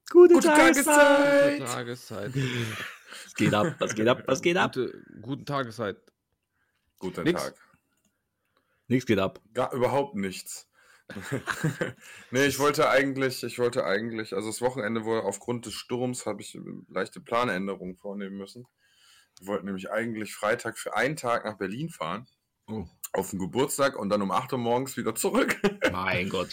Gute Gute Tageszeit. Gute Tageszeit. Was geht ab? Was geht ab? Was geht ab? Guten Tageszeit. Guten Nix. Tag. Nichts geht ab. Überhaupt nichts. Nee, ich wollte eigentlich, also das Wochenende, wo aufgrund des Sturms habe ich leichte Planänderungen vornehmen müssen. Wir wollten nämlich eigentlich Freitag für einen Tag nach Berlin fahren, Oh. auf den Geburtstag und dann um 8 Uhr morgens wieder zurück. Mein Gott.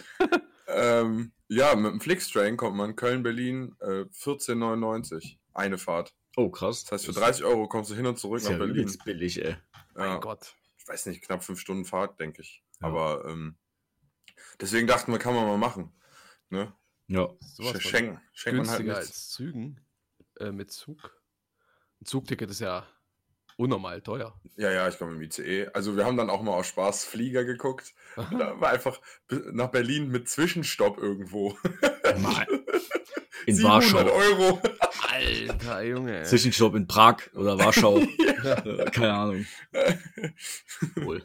Ja, mit dem Flixtrain kommt man Köln-Berlin 14,99. Eine Fahrt. Oh, krass. Das heißt, für 30 Euro kommst du hin und zurück ist nach ja Berlin. übelst billig, ey. Mein Ja, Gott. ich weiß nicht, knapp 5 Stunden Fahrt, denke ich. Ja. Aber deswegen dachten wir, kann man mal machen. Ne? Ja. Sowas von Schenkt man halt günstiger nichts. als Zügen. Mit Zug. Ein Zugticket ist ja unnormal teuer. Ja, ich komme im ICE. Also wir haben dann auch mal aus Spaß Flieger geguckt. Und da war einfach nach Berlin mit Zwischenstopp irgendwo. Mal. In 700 Warschau. Euro. Alter Junge. Zwischenstopp in Prag oder Warschau. Keine Ahnung. Wohl.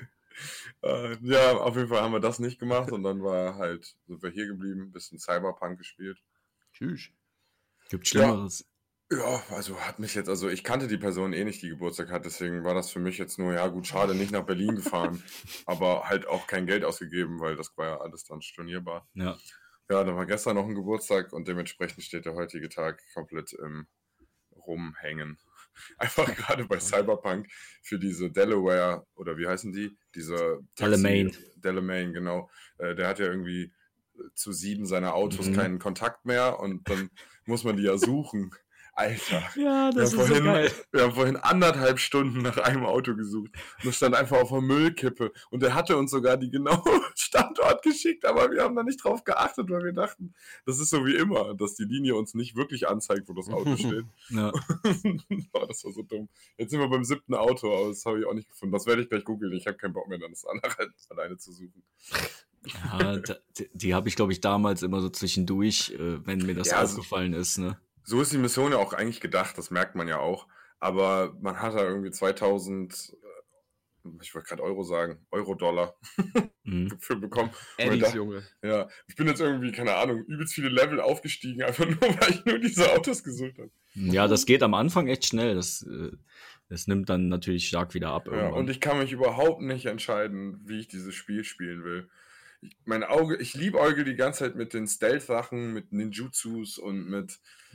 Ja, auf jeden Fall haben wir das nicht gemacht. Und dann sind wir hier geblieben, ein bisschen Cyberpunk gespielt. Tschüss. Gibt Schlimmeres. Ja, also ich kannte die Person eh nicht, die Geburtstag hat, deswegen war das für mich jetzt nur, ja gut, schade, nicht nach Berlin gefahren, aber halt auch kein Geld ausgegeben, weil das war ja alles dann stornierbar. Ja. Ja, da war gestern noch ein Geburtstag und dementsprechend steht der heutige Tag komplett im Rumhängen. Einfach gerade bei Cyberpunk für diese Delaware, oder wie heißen die? Diese Delamain. Delamain, genau. Der hat ja irgendwie zu 7 seiner Autos keinen Kontakt mehr und dann muss man die ja suchen. Alter. Ja, das ist so geil. Wir haben vorhin 1,5 Stunden nach einem Auto gesucht. Und das stand einfach auf der Müllkippe. Und der hatte uns sogar die genaue Standort geschickt, aber wir haben da nicht drauf geachtet, weil wir dachten, das ist so wie immer, dass die Linie uns nicht wirklich anzeigt, wo das Auto steht. Ja. Oh, das war so dumm. Jetzt sind wir beim 7. Auto, aber das habe ich auch nicht gefunden. Das werde ich gleich googeln. Ich habe keinen Bock mehr, dann das alleine zu suchen. Ja, die habe ich, glaube ich, damals immer so zwischendurch, wenn mir das Ja, aufgefallen ist, ne? So ist die Mission ja auch eigentlich gedacht, das merkt man ja auch. Aber man hat da irgendwie 2000, ich wollte gerade Euro sagen, Euro-Dollar für bekommen. Eddies, Junge. Ja, ich bin jetzt irgendwie, keine Ahnung, übelst viele Level aufgestiegen, einfach nur, weil ich nur diese Autos gesucht habe. Ja, das geht am Anfang echt schnell. Das nimmt dann natürlich stark wieder ab. Ja, Irgendwann. und ich kann mich überhaupt nicht entscheiden, wie ich dieses Spiel spielen will. Ich liebäugel die ganze Zeit mit den Stealth-Sachen, mit Ninjutsus und mit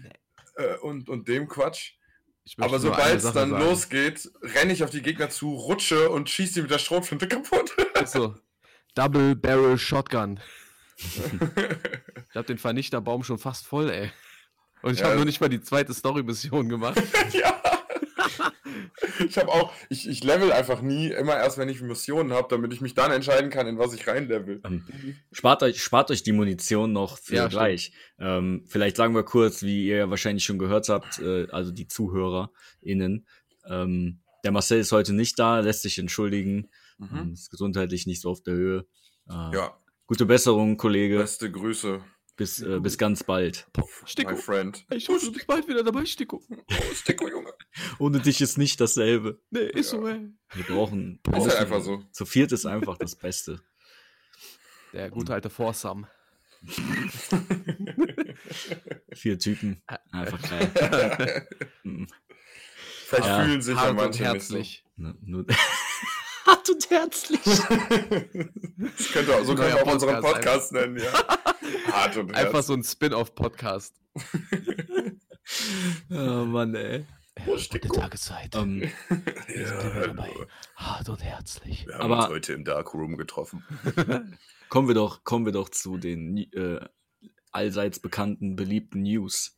und dem Quatsch. Ich möchte Aber nur sobald eine es Sache dann sagen. losgeht, renne ich auf die Gegner zu, rutsche und schieße die mit der Schrotflinte kaputt. So, Double Barrel Shotgun. Ich habe den Vernichterbaum schon fast voll, ey. Und ich Ja. habe nur nicht mal die zweite Story-Mission gemacht. Ja. Ich level einfach nie, immer erst, wenn ich Missionen habe, damit ich mich dann entscheiden kann, in was ich reinlevel. Spart euch die Munition noch für Ja, gleich. Vielleicht sagen wir kurz, wie ihr wahrscheinlich schon gehört habt, also die ZuhörerInnen. Der Marcel ist heute nicht da, lässt sich entschuldigen. Ist gesundheitlich nicht so auf der Höhe. Ja, Gute Besserung, Kollege. beste Grüße, Bis ganz bald. Sticko. my friend. Ich hoffe, du bist bald wieder dabei, Sticko. Oh, Sticko, Junge. Ohne dich ist nicht dasselbe. Nee, ist so, ey. Wir brauchen. Ist halt einfach so. Zu viert ist einfach das Beste. Der gute alte Forsam. 4 Typen. Einfach geil. Vielleicht Ja. fühlen sich ja Hart und manche herzlich. Nur hart und herzlich. nicht so. Können wir Neuer auch unseren Podcast Podcast nennen, ja. Hart und Einfach herzlich. so ein Spin-off-Podcast. Oh Mann, ey. Gute Tageszeit. Ja, Hart und herzlich. wir haben Aber- uns heute im Darkroom getroffen. Kommen wir doch zu den allseits bekannten, beliebten News.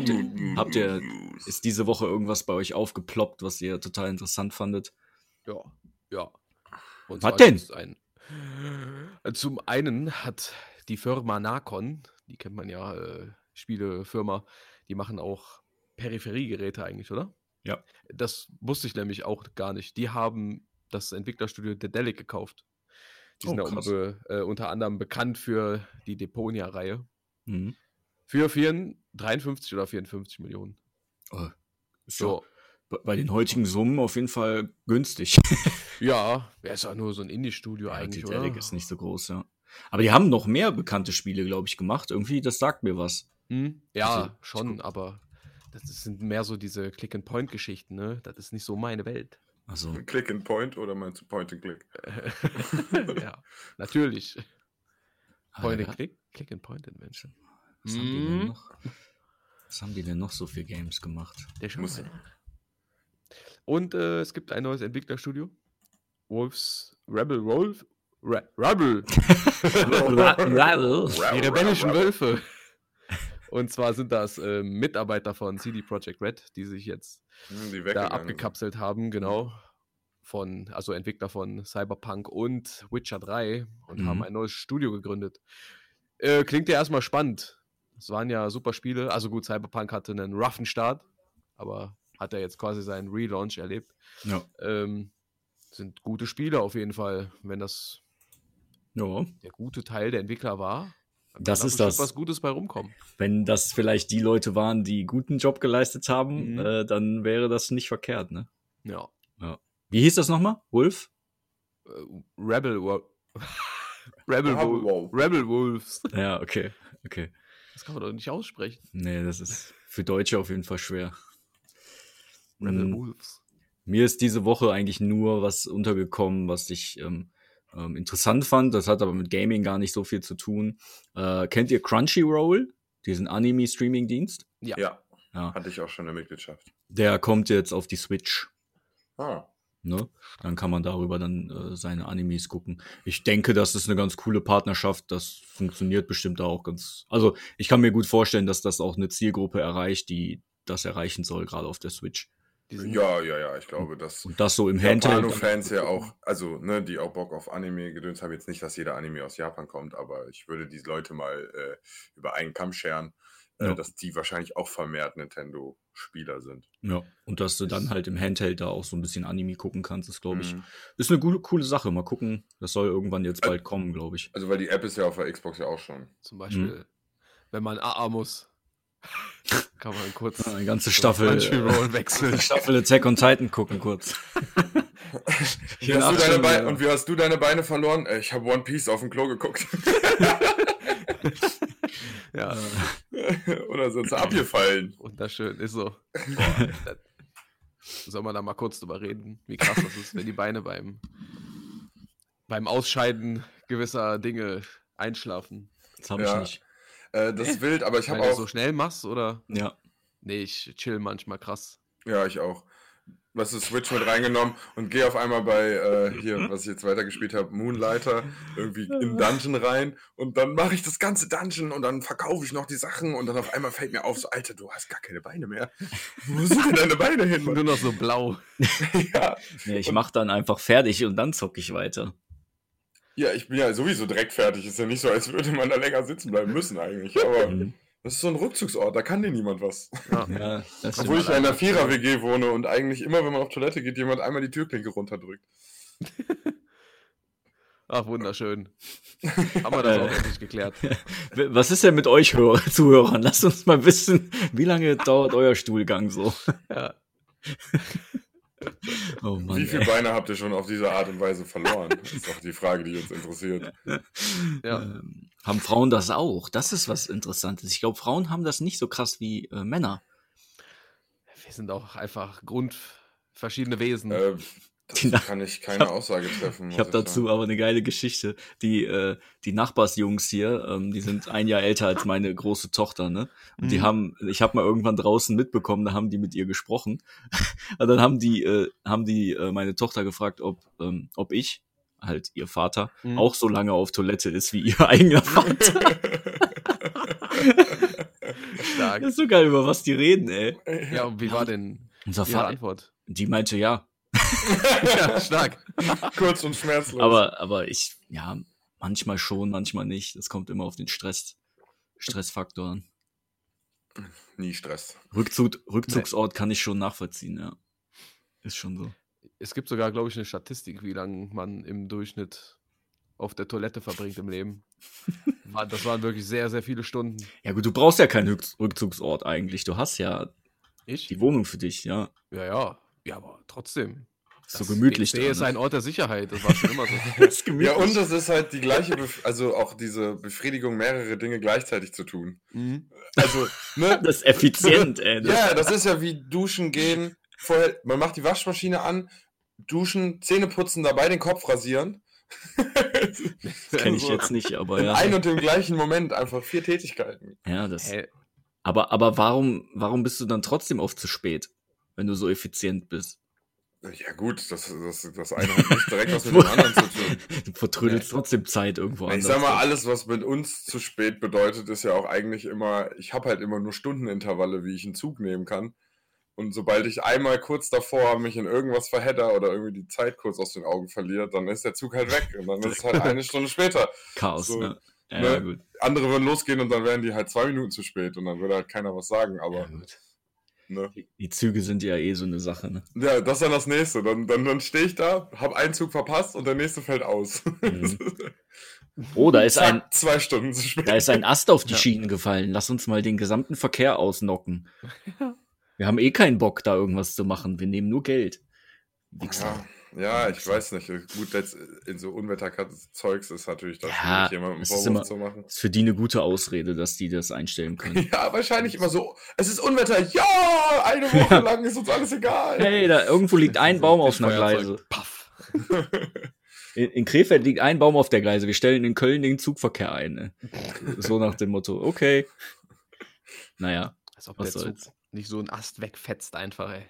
Ist diese Woche irgendwas bei euch aufgeploppt, was ihr total interessant fandet? Ja. Und Was zwar denn? gibt's zum einen hat die Firma Nacon, die kennt man ja, Spielefirma, die machen auch Peripheriegeräte eigentlich, oder? Ja. Das wusste ich nämlich auch gar nicht. Die haben das Entwicklerstudio Dedelic gekauft. Die sind ja krass. unter anderem bekannt für die Deponia-Reihe. Mhm. Für 53 oder 54 Millionen. Oh, ist So. ja bei den heutigen Summen auf jeden Fall günstig. Ja, wäre es auch nur so ein Indie-Studio eigentlich, die oder? Dedelic ist nicht so groß, ja. Aber die haben noch mehr bekannte Spiele, glaube ich, gemacht. Irgendwie, das sagt mir was. Ja, Also, schon, aber das sind mehr so diese Click-and-Point-Geschichten, ne? Das ist nicht so meine Welt. Also, Click and Point oder meinst du Point and Click? Ja, natürlich. aber Point and Click, Click-and-Point Adventure. was haben die denn noch? Was haben die denn noch so für Games gemacht? Der schon Muss- mal. Und es gibt ein neues Entwicklerstudio. Rebel Wolf. Rebel. Die rebellischen Wölfe. Und zwar sind das Mitarbeiter von CD Projekt Red, die sich jetzt Die da weggegangen abgekapselt haben, genau. Also Entwickler von Cyberpunk und Witcher 3 und haben ein neues Studio gegründet. Klingt ja erstmal spannend. Es waren ja super Spiele. Also gut, Cyberpunk hatte einen roughen Start, aber hat er jetzt quasi seinen Relaunch erlebt. Ja. Sind gute Spiele auf jeden Fall. Wenn das Ja. der gute Teil der Entwickler war, dann Das kann ist bestimmt das. was Gutes bei rumkommen. Wenn das vielleicht die Leute waren, die guten Job geleistet haben, dann wäre das nicht verkehrt, ne? Ja. Wie hieß das nochmal? Wolf? Rebel Wolf. Wolves. Ja, okay. Das kann man doch nicht aussprechen. Nee, das ist für Deutsche auf jeden Fall schwer. Rebel Wolves. Mir ist diese Woche eigentlich nur was untergekommen, was ich interessant fand. Das hat aber mit Gaming gar nicht so viel zu tun. Kennt ihr Crunchyroll? Diesen Anime-Streaming-Dienst? Ja. Ja. Hatte ich auch schon eine Mitgliedschaft. Der kommt jetzt auf die Switch. Ah. Ne? Dann kann man darüber dann seine Animes gucken. Ich denke, das ist eine ganz coole Partnerschaft. Das funktioniert bestimmt auch ganz. Also ich kann mir gut vorstellen, dass das auch eine Zielgruppe erreicht, die das erreichen soll, gerade auf der Switch. Ja, ich glaube, dass Und das so im Handheld. Japano-Fans ja auch, also, ne, die auch Bock auf Anime-Gedöns haben, jetzt nicht, dass jeder Anime aus Japan kommt, aber ich würde diese Leute mal über einen Kamm scheren, Ja. dass die wahrscheinlich auch vermehrt Nintendo-Spieler sind. Ja, und dass du dann halt im Handheld da auch so ein bisschen Anime gucken kannst, ist, glaube ich, Mhm. ist eine coole Sache. Mal gucken, das soll irgendwann jetzt bald kommen, glaube ich. Also, weil die App ist ja auf der Xbox ja auch schon. Zum Beispiel, wenn man AA muss, kann man kurz Eine ganze Staffel, Crunchyroll wechseln. Staffel Attack on Titan gucken kurz. Wie hast du deine Beine verloren? Ich habe One Piece auf dem Klo geguckt. Ja, Oder sind sie abgefallen? wunderschön, ist so. Boah, soll man da mal kurz drüber reden, wie krass das ist, wenn die Beine beim Ausscheiden gewisser Dinge einschlafen. Das habe ich Ja. nicht. Das ist wild, aber ich Weil habe du auch... so schnell machst, oder? Ja. Nee, ich chill manchmal krass. Ja, ich auch. Was ist Switch mit reingenommen und gehe auf einmal bei hier, was ich jetzt weitergespielt habe, Moonlighter, irgendwie in Dungeon rein und dann mache ich das ganze Dungeon und dann verkaufe ich noch die Sachen und dann auf einmal fällt mir auf, so Alter, du hast gar keine Beine mehr. Wo sind denn deine Beine hin? Nur Mann? noch so blau. Ja. Nee, ich mache dann einfach fertig und dann zocke ich weiter. Ja, ich bin ja sowieso direkt fertig. Ist ja nicht so, als würde man da länger sitzen bleiben müssen eigentlich. Aber das ist so ein Rückzugsort, da kann dir niemand was. Ja, das Obwohl ich stimmt. ja in einer Vierer-WG wohne und eigentlich immer, wenn man auf Toilette geht, jemand einmal die Türklinke runterdrückt. Ach, wunderschön. Haben wir das auch endlich geklärt. Was ist denn mit euch Zuhörern? Lasst uns mal wissen, wie lange dauert euer Stuhlgang so? Ja. Oh Mann, Wie viele Beine habt ihr schon auf diese Art und Weise verloren? Das ist doch die Frage, die uns interessiert. Ja. Haben Frauen das auch? Das ist was Interessantes. Ich glaube, Frauen haben das nicht so krass wie Männer. Wir sind auch einfach verschiedene Wesen. Dazu kann ich keine Aussage treffen. Ich habe dazu aber eine geile Geschichte. Die Nachbarsjungs hier, die sind ein Jahr älter als meine große Tochter, ne? Und ich habe mal irgendwann draußen mitbekommen, da haben die mit ihr gesprochen. Und dann haben die meine Tochter gefragt, ob ich, halt ihr Vater, auch so lange auf Toilette ist wie ihr eigener Vater. Stark. Das ist so geil, über was die reden, ey. Ja, und wie war denn Unser Ihre Vater, Antwort? die meinte ja. Ja, stark. Kurz und schmerzlos. Aber ich, ja, manchmal schon, manchmal nicht. Das kommt immer auf den Stressfaktor an. Nie Stress. Rückzugsort kann ich schon nachvollziehen, ja. Ist schon so. Es gibt sogar, glaube ich, eine Statistik, wie lange man im Durchschnitt auf der Toilette verbringt im Leben. Das waren wirklich sehr, sehr viele Stunden. Ja gut, du brauchst ja keinen Rückzugsort eigentlich. Du hast ja Ich? die Wohnung für dich, ja. Ja, aber trotzdem. So gemütlich WC ist ne? ein Ort der Sicherheit, das war schon immer so. Ist gemütlich. Ja, und es ist halt die gleiche, also auch diese Befriedigung, mehrere Dinge gleichzeitig zu tun. Mhm. Also, ne? Das ist effizient, ey. Ja, das ist ja wie duschen gehen. Vorher, man macht die Waschmaschine an, duschen, Zähne putzen, dabei den Kopf rasieren. Das kenne ich jetzt nicht, aber In ja. ein und dem gleichen Moment einfach 4 Tätigkeiten. Ja, das. Hä? Aber warum bist du dann trotzdem oft zu spät, wenn du so effizient bist? Ja gut, das eine hat nicht direkt was mit dem anderen zu tun. Du vertrödelst trotzdem Zeit irgendwo Ich anders. sag mal, alles, was mit uns zu spät bedeutet, ist ja auch eigentlich immer, ich habe halt immer nur Stundenintervalle, wie ich einen Zug nehmen kann. Und sobald ich einmal kurz davor mich in irgendwas verhedder oder irgendwie die Zeit kurz aus den Augen verliere, dann ist der Zug halt weg. Und dann ist es halt eine Stunde später. Chaos, so, ne? Ja, ne? gut. Andere würden losgehen und dann wären die halt 2 Minuten zu spät und dann würde halt keiner was sagen. Aber Ja, gut. ne? Die Züge sind ja eh so eine Sache, ne? Ja, das ist dann das nächste. Dann stehe ich da, habe einen Zug verpasst und der nächste fällt aus. Mhm. Oh, da ist ein, Zack, 2 Stunden zu spät. da ist ein Ast auf die Schienen gefallen. Lass uns mal den gesamten Verkehr ausnocken. Wir haben eh keinen Bock, da irgendwas zu machen. Wir nehmen nur Geld. Wichser. Ja, ich weiß nicht. Gut, jetzt in so Unwetterzeugs ist natürlich das Ja, nicht jemandem es ist Vorwurf immer- zu machen. Ist für die eine gute Ausrede, dass die das einstellen können. Ja, wahrscheinlich immer so, es ist Unwetter, ja, eine Woche lang ist uns alles egal. Hey, da irgendwo liegt ein Baum auf einer Feuerzeug. Gleise. Paff. In Krefeld liegt ein Baum auf der Gleise. Wir stellen in Köln den Zugverkehr ein. Ne? So nach dem Motto, okay. Naja, Als ob Was der Zug soll's. nicht so einen Ast wegfetzt einfach, ey.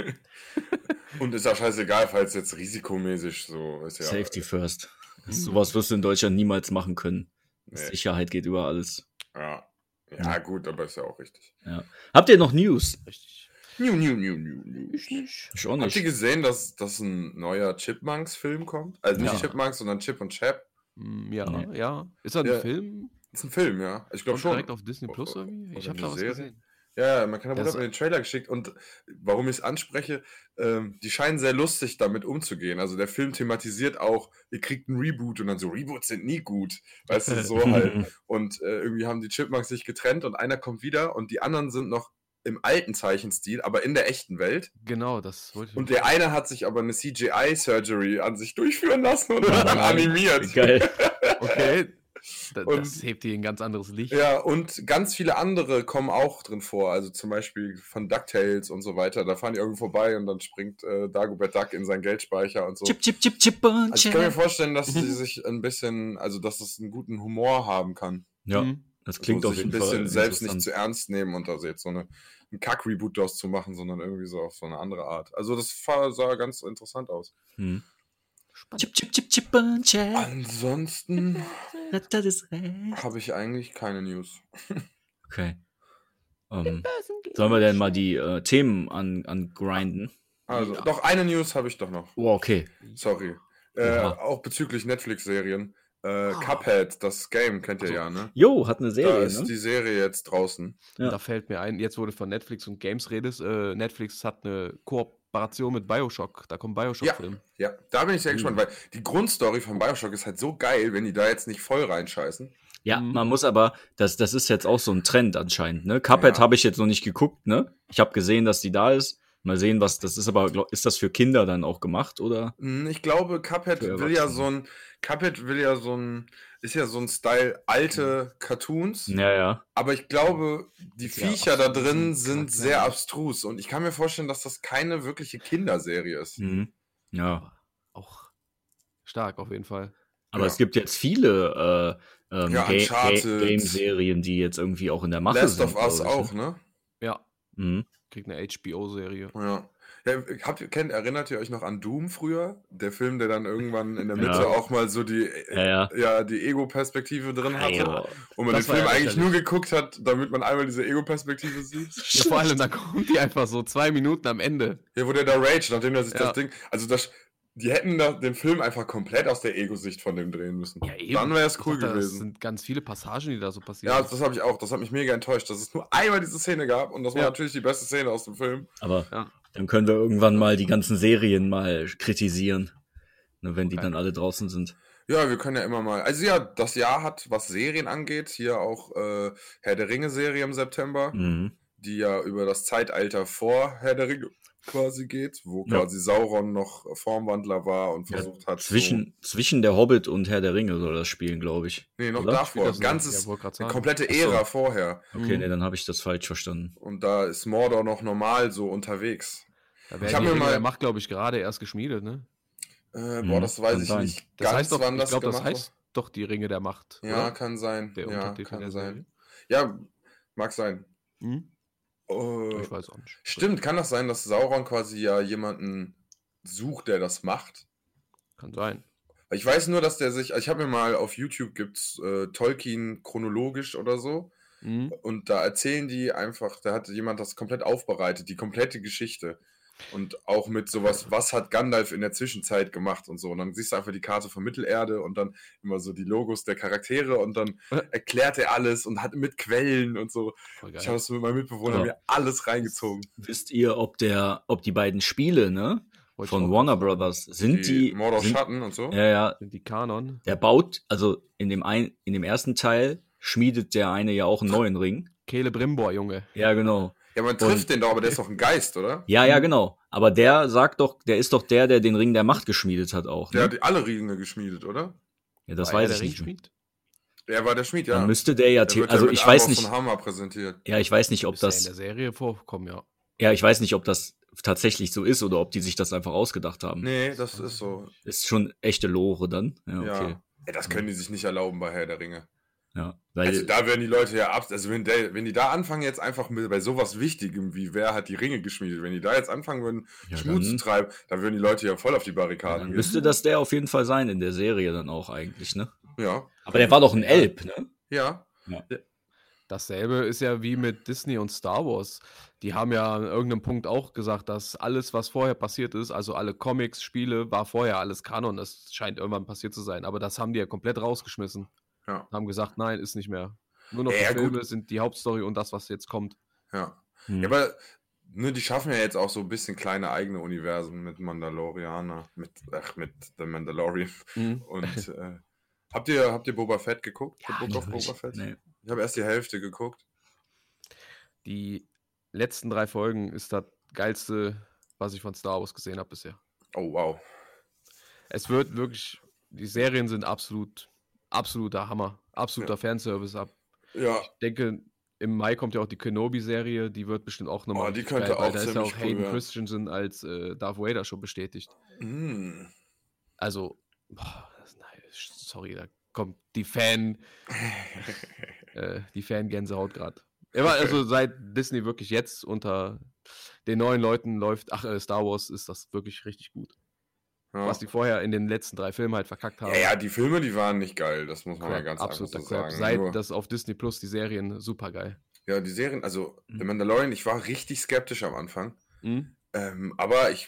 Und ist ja scheißegal, falls jetzt risikomäßig so ist. Ja, Safety first. Sowas wirst du in Deutschland niemals machen können. Nee. Sicherheit geht über alles. Ja, gut, aber ist ja auch richtig. Ja. Habt ihr noch News? Richtig. New. Ich nicht. Ich auch Habt ihr nicht. gesehen, dass ein neuer Chipmunks-Film kommt? Also nicht Ja. Chipmunks, sondern Chip und Chap. Ja, Nee. ja. Ist das ein Ja. Film? Ist ein Film, ja. Ich glaube Kommt schon. direkt auf Disney Plus oder wie? Ich Oder habe da eine was Serie. gesehen. Ja, man kann aber Das- mir den Trailer geschickt und warum ich es anspreche, die scheinen sehr lustig damit umzugehen. Also der Film thematisiert auch, ihr kriegt einen Reboot und dann so, Reboots sind nie gut. Weißt du, so halt. Und irgendwie haben die Chipmunks sich getrennt und einer kommt wieder und die anderen sind noch im alten Zeichenstil, aber in der echten Welt. Genau, das wollte ich. Und der eine hat sich aber eine CGI-Surgery an sich durchführen lassen und wird dann animiert. Geil. Okay. Und- Das hebt die in ein ganz anderes Licht. Ja, und ganz viele andere kommen auch drin vor. Also zum Beispiel von DuckTales und so weiter. Da fahren die irgendwo vorbei und dann springt Dagobert Duck in seinen Geldspeicher und so. Chip und Also ich kann mir Chap. vorstellen, dass sie sich ein bisschen, also dass es einen guten Humor haben kann. Ja, Mhm. das klingt so auf sich jeden ein bisschen Fall selbst nicht interessant. zu ernst nehmen und da jetzt so ein Kack-Reboot draus zu machen, sondern irgendwie so auf so eine andere Art. Also das sah ganz interessant aus. Hm. Spannend. Chip und Chap. Ansonsten Das ist recht. habe ich eigentlich keine News. Okay. Sollen wir denn mal die Themen angrinden? Also, Ja. doch eine News habe ich doch noch. Oh, okay. Sorry. Oha. Auch bezüglich Netflix-Serien. Cuphead, das Game kennt ihr Also, ja, ne? Jo, hat eine Da Serie, ist ne? die Serie jetzt draußen. Ja. Da fällt mir ein, jetzt wurde von Netflix und Games redest. Netflix hat eine Kooperation mit Bioshock. Da kommt Bioshock-Film. Ja, da bin ich sehr Mhm. gespannt, weil die Grundstory von Bioshock ist halt so geil, wenn die da jetzt nicht voll reinscheißen. Ja, Mhm. man muss aber, das ist jetzt auch so ein Trend anscheinend, ne? Cuphead Ja. habe ich jetzt noch nicht geguckt, ne? Ich habe gesehen, dass die da ist. Mal sehen, was das ist, aber ist das für Kinder dann auch gemacht, oder? Ich glaube, Cuphead Für will ja Erwachsene. ist ja so ein Style alte Cartoons, Ja. aber ich glaube, die Ist ja Viecher da absolut drin ein sind Charakter. sehr abstrus und ich kann mir vorstellen, dass das keine wirkliche Kinderserie ist. Mhm. Ja. Auch stark auf jeden Fall. Aber Ja. es gibt jetzt viele Ja, Uncharted. Game-Serien, die jetzt irgendwie auch in der Mache Last sind. of Us glaub ich, auch, ne? Ja, Mhm. kriegt eine HBO-Serie. Ja. Erinnert ihr euch noch an Doom früher? Der Film, der dann irgendwann in der Mitte Ja. auch mal so die die Ego-Perspektive drin hatte. Ja. Und man den Das war Film ja eigentlich lächerlich. nur geguckt hat, damit man einmal diese Ego-Perspektive sieht. Ja, vor allem, da kommt die einfach so 2 Minuten am Ende. Ja, wo der da rage, nachdem er sich Ja. das Ding. Also die hätten da den Film einfach komplett aus der Ego-Sicht von dem drehen müssen. Ja, eben. Dann wäre es Ich cool dachte, Das gewesen. sind ganz viele Passagen, die da so passieren. Ja, das habe ich auch. Das hat mich mega enttäuscht, dass es nur einmal diese Szene gab und das war Ja. natürlich die beste Szene aus dem Film. Aber Ja. dann können wir irgendwann mal die ganzen Serien mal kritisieren. Ne, wenn die Okay. dann alle draußen sind. Ja, wir können ja immer mal. Also ja, das Jahr hat, was Serien angeht, hier auch Herr der Ringe-Serie im September, Mhm. die ja über das Zeitalter vor Herr der Ringe quasi geht, wo Ja. quasi Sauron noch Formwandler war und versucht hat. Zwischen der Hobbit und Herr der Ringe soll das spielen, glaube ich. Nee, noch Oder? davor. das nicht? Ganzes, Ja, wollte grad eine sagen. komplette Ach so. Ära vorher. Okay, nee, dann habe ich das falsch verstanden. Und da ist Mordor noch normal so unterwegs. Da Ich werden hab die mir Ringe mal- der Macht, glaube ich, gerade erst geschmiedet, ne? Boah, das weiß kann ich sein. nicht Das ganz, heißt doch, wann ich das glaube, das gemacht heißt doch die Ringe der Macht, war. Ja, oder? kann sein. Der Ja, Untertitel kann der sein. Serie. Ja, mag sein. Hm? Äh, Ich weiß auch nicht. Stimmt, kann das sein, dass Sauron quasi ja jemanden sucht, der das macht? Kann sein. Ich weiß nur, dass der sich, ich habe mir mal auf YouTube gibt's Tolkien chronologisch oder so Hm? und da erzählen die einfach, da hat jemand das komplett aufbereitet, die komplette Geschichte und auch mit sowas, was hat Gandalf in der Zwischenzeit gemacht und so und dann siehst du einfach die Karte von Mittelerde und dann immer so die Logos der Charaktere und dann erklärt er alles und hat mit Quellen und so. Voll Ich habe geil. das mit meinem Mitbewohner Aber- mir alles reingezogen. Wisst ihr, ob die beiden Spiele, ne, Wollte ich von auch Warner grad sagen. Brothers, sind die, Mordor sind, Schatten und so. ja, Sind die Kanon? der baut, also in dem ersten Teil schmiedet der eine ja auch einen neuen Ring. Kehle Brimbor, Junge. Ja, genau. Ja, man trifft den doch, aber der ist doch ein Geist, oder? Ja, genau. Aber der ist doch der den Ring der Macht geschmiedet hat auch. Der Ne? hat alle Ringe geschmiedet, oder? Ja, das War er weiß der ich nicht. Ringschmied? Er war der Schmied, ja. Dann müsste der ja, Der wird also ja mit ich weiß Armor nicht, von Hammer präsentiert. ja, ich weiß nicht, ob Ist ja in das, der Serie vorkommen, ja. ja, ich weiß nicht, ob das tatsächlich so ist oder ob die sich das einfach ausgedacht haben. Nee, das ist so. Ist schon echte Lore dann. Ja, okay. Ja. Ey, das können die sich nicht erlauben bei Herr der Ringe. Ja, weil, Also da werden die Leute ja ab. Also wenn die da anfangen jetzt einfach bei sowas Wichtigem wie wer hat die Ringe geschmiedet, wenn die da jetzt anfangen würden, Ja, Schmutz zu dann- treiben, dann würden die Leute ja voll auf die Barrikaden dann gehen. müsste das der auf jeden Fall sein in der Serie dann auch eigentlich, ne? Ja. Aber der war doch ein Elb, ne? Ja. Dasselbe ist ja wie mit Disney und Star Wars. Die haben ja an irgendeinem Punkt auch gesagt, dass alles, was vorher passiert ist, also alle Comics, Spiele, war vorher alles Kanon. Das scheint irgendwann passiert zu sein. Aber das haben die ja komplett rausgeschmissen. Ja. Haben gesagt, nein, ist nicht mehr. Nur noch Ja, die gut. Filme sind die Hauptstory und das, was jetzt kommt. Ja. Hm. Ja, aber ne, die schaffen ja jetzt auch so ein bisschen kleine eigene Universen mit Mandalorianer, mit The Mandalorian. Mhm. Und habt ihr Boba Fett geguckt? Ja, The Book of nicht. Boba Fett? Nee. Ich habe erst die Hälfte geguckt. Die letzten 3 Folgen ist das geilste, was ich von Star Wars gesehen habe bisher. Oh, wow. Es wird wirklich, die Serien sind absoluter Hammer. Absoluter Fanservice. Ja, Ich denke, im Mai kommt ja auch die Kenobi-Serie, die wird bestimmt auch nochmal. Oh, die richtig könnte geil, weil auch da ist ja ziemlich auch cool Hayden werden. Christensen als Darth Vader schon bestätigt. mm. Also, sorry, da kommt die Fan-Gänsehaut gerade. Immer, also seit Disney wirklich jetzt unter den neuen Leuten läuft, Star Wars ist das wirklich richtig gut. Ja. Was die vorher in den letzten 3 Filmen halt verkackt haben. Ja, die Filme, die waren nicht geil, das muss man ja Crap, ganz absoluter einfach so Crap. sagen. Seit Nur- das auf Disney Plus die Serien super geil. Ja, die Serien, also The Mandalorian, ich war richtig skeptisch am Anfang, Mhm. aber ich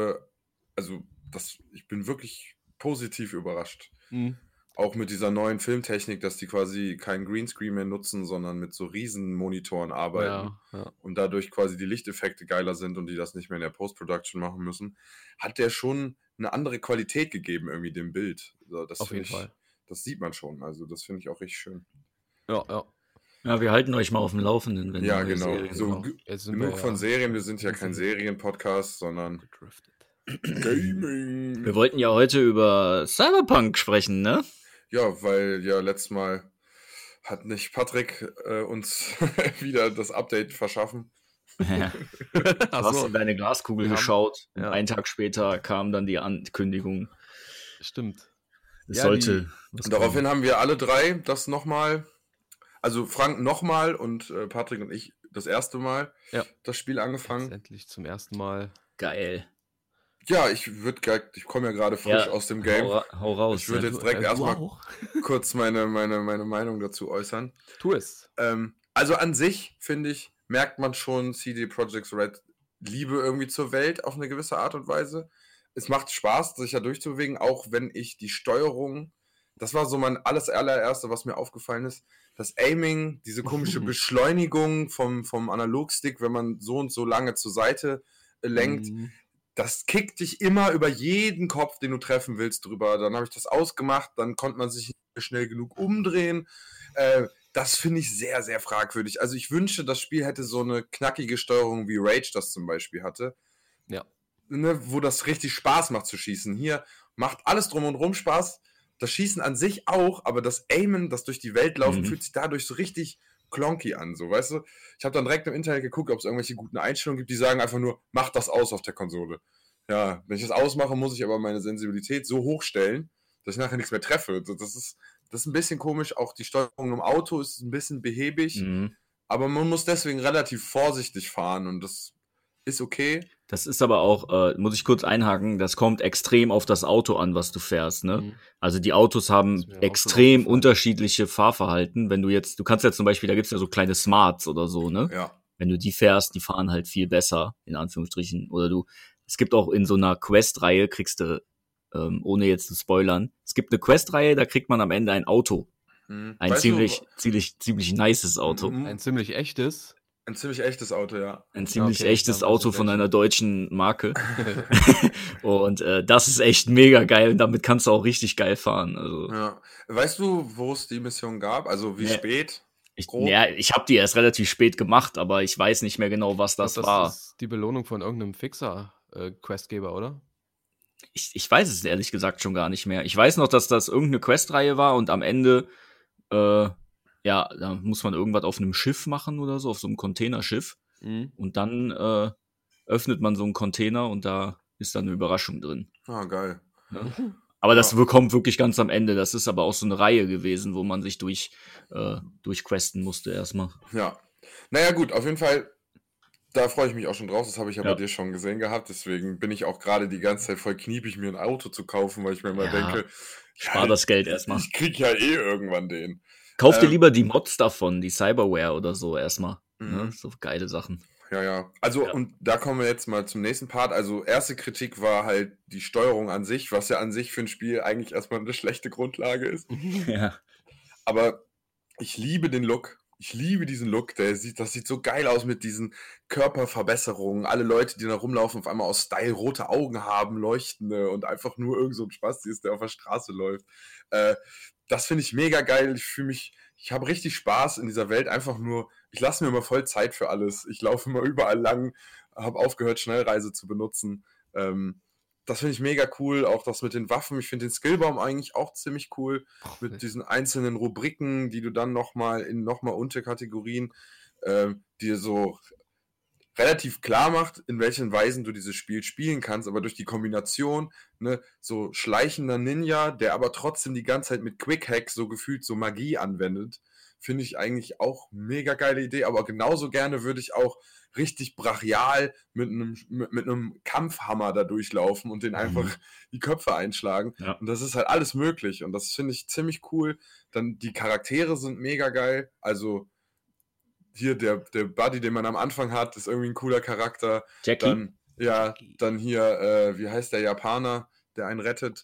bin wirklich positiv überrascht. Mhm. Auch mit dieser neuen Filmtechnik, dass die quasi keinen Greenscreen mehr nutzen, sondern mit so riesen Monitoren arbeiten Ja. und dadurch quasi die Lichteffekte geiler sind und die das nicht mehr in der Post-Production machen müssen, hat der schon eine andere Qualität gegeben irgendwie dem Bild. Also das Auf finde jeden Fall. Das sieht man schon, also das finde ich auch richtig schön. Ja. Ja, wir halten euch mal auf dem Laufenden, wenn Ja, neue genau. Serien So kommen. ge- Jetzt sind Genug wir von ja Serien, wir sind ja kein Serien-Podcast, sondern gedriftet. Gaming. Wir wollten ja heute über Cyberpunk sprechen, ne? Ja, weil ja letztes Mal hat nicht Patrick uns wieder das Update verschaffen. Du hast in deine Glaskugel Wir haben- geschaut und ja. einen Tag später kam dann die Ankündigung. Stimmt. Es Ja, sollte was Und daraufhin haben wir alle drei das nochmal, also Frank nochmal und Patrick und ich das erste Mal Ja. das Spiel angefangen. Letztendlich zum ersten Mal. geil. Ja, ich komme ja gerade frisch aus dem Game. Hau raus. Ich würde ja. jetzt direkt erstmal auch. kurz meine Meinung dazu äußern. Tu es. Also an sich, finde ich, merkt man schon CD Projekt Red Liebe irgendwie zur Welt auf eine gewisse Art und Weise. Es macht Spaß, sich da durchzubewegen, auch wenn ich die Steuerung, das war so mein allererste, was mir aufgefallen ist, das Aiming, diese komische Beschleunigung vom Analogstick, wenn man so und so lange zur Seite lenkt, Mhm. das kickt dich immer über jeden Kopf, den du treffen willst, drüber. Dann habe ich das ausgemacht, dann konnte man sich nicht mehr schnell genug umdrehen. Das finde ich sehr, sehr fragwürdig. Also ich wünschte, das Spiel hätte so eine knackige Steuerung wie Rage das zum Beispiel hatte. Ja. Ne, wo das richtig Spaß macht zu schießen. Hier macht alles drum und rum Spaß. Das Schießen an sich auch, aber das Aimen, das durch die Welt laufen, fühlt sich dadurch so richtig klonky an, so, weißt du? Ich habe dann direkt im Internet geguckt, ob es irgendwelche guten Einstellungen gibt, die sagen einfach nur, mach das aus auf der Konsole. Ja, wenn ich das ausmache, muss ich aber meine Sensibilität so hochstellen, dass ich nachher nichts mehr treffe. Das ist ein bisschen komisch. Auch die Steuerung im Auto ist ein bisschen behäbig, aber man muss deswegen relativ vorsichtig fahren und das ist okay. Das ist aber auch, muss ich kurz einhaken, das kommt extrem auf das Auto an, was du fährst, ne? Also die Autos haben extrem unterschiedliche Fahrverhalten. Wenn du kannst ja zum Beispiel, da gibt's ja so kleine Smarts oder so, ne? Ja. Wenn du die fährst, die fahren halt viel besser, in Anführungsstrichen. Oder es gibt auch in so einer Quest-Reihe, kriegst du, ohne jetzt zu spoilern, es gibt eine Quest-Reihe, da kriegt man am Ende ein Auto. Ein ziemlich nices Auto. Ein ziemlich echtes. Ein ziemlich echtes Auto, ja. Ein ziemlich echtes Auto von einer deutschen Marke. Und das ist echt mega geil und damit kannst du auch richtig geil fahren. Also. Ja. Weißt du, wo es die Mission gab? Also wie spät? Ich habe die erst relativ spät gemacht, aber ich weiß nicht mehr genau, was das war. Das ist die Belohnung von irgendeinem Fixer-Questgeber, oder? Ich weiß es ehrlich gesagt schon gar nicht mehr. Ich weiß noch, dass das irgendeine Questreihe war und am Ende da muss man irgendwas auf einem Schiff machen oder so, auf so einem Containerschiff. Und dann öffnet man so einen Container und da ist dann eine Überraschung drin. Ah, geil. Ja? Aber das kommt wirklich ganz am Ende. Das ist aber auch so eine Reihe gewesen, wo man sich durchquesten musste erstmal. Ja. Naja, gut, auf jeden Fall, da freue ich mich auch schon drauf. Das habe ich ja bei dir schon gesehen gehabt. Deswegen bin ich auch gerade die ganze Zeit voll kniepig, mir ein Auto zu kaufen, weil ich mir mal denke, spar das Geld erstmal. Ich krieg ja irgendwann den. Kauf dir lieber die Mods davon, die Cyberware oder so erstmal. Ne? So geile Sachen. Ja. Also, und da kommen wir jetzt mal zum nächsten Part. Also, erste Kritik war halt die Steuerung an sich, was ja an sich für ein Spiel eigentlich erstmal eine schlechte Grundlage ist. Ja. Aber ich liebe den Look. Ich liebe diesen Look. Das sieht so geil aus mit diesen Körperverbesserungen. Alle Leute, die da rumlaufen, auf einmal aus Style rote Augen haben, leuchtende und einfach nur irgend so ein Spasti ist, der auf der Straße läuft. Das finde ich mega geil. Ich habe richtig Spaß in dieser Welt. Einfach nur, ich lasse mir immer voll Zeit für alles. Ich laufe immer überall lang, habe aufgehört, Schnellreise zu benutzen. Das finde ich mega cool. Auch das mit den Waffen. Ich finde den Skillbaum eigentlich auch ziemlich cool. Mit diesen einzelnen Rubriken, die du dann nochmal in Unterkategorien, dir so relativ klar macht, in welchen Weisen du dieses Spiel spielen kannst, aber durch die Kombination, ne, so schleichender Ninja, der aber trotzdem die ganze Zeit mit Quick Hacks so gefühlt so Magie anwendet, finde ich eigentlich auch mega geile Idee, aber genauso gerne würde ich auch richtig brachial mit einem Kampfhammer da durchlaufen und den einfach die Köpfe einschlagen. Ja. Und das ist halt alles möglich und das finde ich ziemlich cool. Dann die Charaktere sind mega geil, also hier der Buddy, den man am Anfang hat, ist irgendwie ein cooler Charakter. Jackie? Dann hier, wie heißt der Japaner, der einen rettet?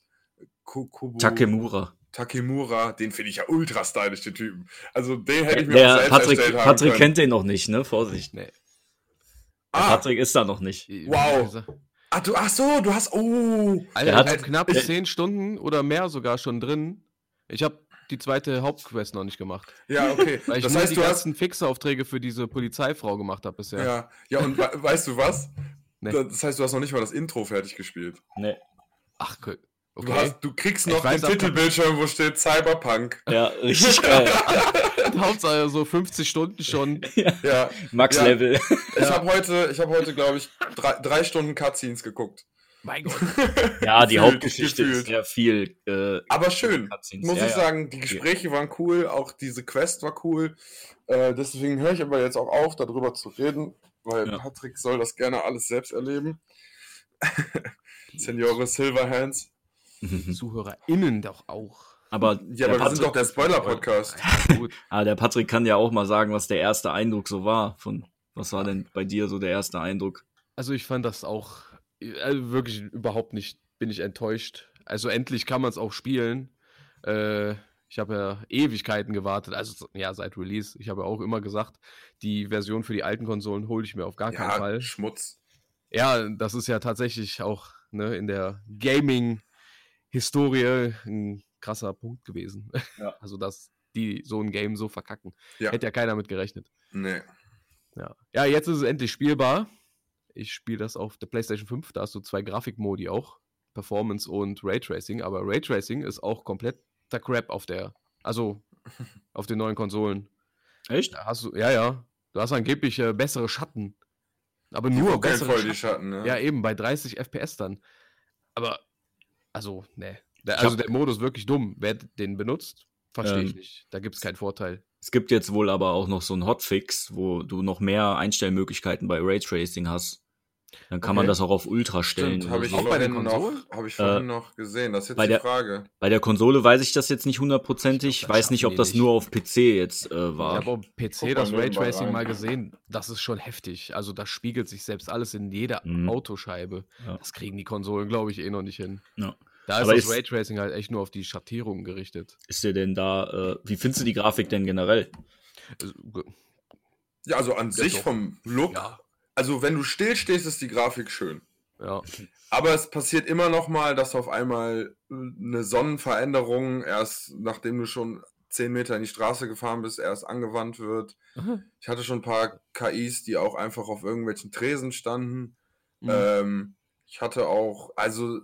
Takemura, den finde ich ja ultra stylisch, den Typen. Also den hätte ich mir auch selbst erstellt haben Patrick können. kennt den noch nicht, ne? Vorsicht. Nee. Patrick ist da noch nicht. Wow. Du hast... Alter, er hat knapp 10 Stunden oder mehr sogar schon drin. Ich habe die zweite Hauptquest noch nicht gemacht. Ja, okay. Weil ich die ganzen Fixeraufträge für diese Polizeifrau gemacht habe bisher. Ja, und weißt du was? Nee. Das heißt, du hast noch nicht mal das Intro fertig gespielt. Nee. Ach, okay. Du kriegst noch den Titelbildschirm, wo steht Cyberpunk. Ja, richtig geil. Hauptsache so 50 Stunden schon. Ja. Max-Level. Ich habe heute, glaube ich, 3 Stunden Cutscenes geguckt. Mein Gott. Ja, die Hauptgeschichte ist sehr viel. Aber schön, muss ich sagen. Die Gespräche waren cool, auch diese Quest war cool. Deswegen höre ich aber jetzt auch auf, darüber zu reden, weil Patrick soll das gerne alles selbst erleben. Seniore Silverhands. ZuhörerInnen doch auch. Aber wir sind doch der Spoiler-Podcast. Aber der Patrick kann ja auch mal sagen, was der erste Eindruck so war. Was war denn bei dir so der erste Eindruck? Also ich fand das auch wirklich überhaupt nicht, bin ich enttäuscht. Also endlich kann man es auch spielen. Ich habe ja Ewigkeiten gewartet, also ja, seit Release. Ich habe ja auch immer gesagt, die Version für die alten Konsolen hole ich mir auf gar keinen Fall. Schmutz. Ja, das ist ja tatsächlich auch in der Gaming-Historie ein krasser Punkt gewesen. Ja. Also, dass die so ein Game so verkacken. Ja. Hätte ja keiner mit gerechnet. Nee. Ja, jetzt ist es endlich spielbar. ich spiele das auf der PlayStation 5, da hast du 2 Grafikmodi auch, Performance und Raytracing, aber Raytracing ist auch kompletter Crap auf den neuen Konsolen. Echt? Da hast du, ja, du hast angeblich bessere Schatten, aber Die nur ruckeln bessere voll Schatten. die Schatten, ne? Ja, eben, bei 30 FPS dann. Aber, ne. Ich Also hab- der Modus wirklich dumm. Wer den benutzt, verstehe ich Ähm, nicht. Da gibt es keinen Vorteil. Es gibt jetzt wohl aber auch noch so einen Hotfix, wo du noch mehr Einstellmöglichkeiten bei Raytracing hast. Dann kann man Okay. das auch auf Ultra stellen. Stimmt, habe ich Auch bei den vorhin noch gesehen. Das ist bei jetzt die der- Frage. Bei der Konsole weiß ich das jetzt nicht hundertprozentig. Ich Ich glaub, das weiß nicht, ob schaffen das die nur nicht. auf PC jetzt Ich war. habe auf Guck PC mal das nebenbei Raytracing rein. mal gesehen. Das ist schon heftig. Also da spiegelt sich selbst alles in jeder Mhm. Autoscheibe. Ja. Das kriegen die Konsolen, glaube ich, noch nicht hin. Ja. Da ist Aber das ist- Raytracing halt echt nur auf die Schattierungen gerichtet. Ist dir denn da, wie findest du die Grafik denn generell? Also, Ja, also an sich doch. vom Look, ja, also wenn du still stehst, ist die Grafik schön. ja. Aber es passiert immer noch mal, dass auf einmal eine Sonnenveränderung erst, nachdem du schon 10 Meter in die Straße gefahren bist, erst angewandt wird. Ich hatte schon ein paar KIs, die auch einfach auf irgendwelchen Tresen standen. Mhm. Ich hatte auch, also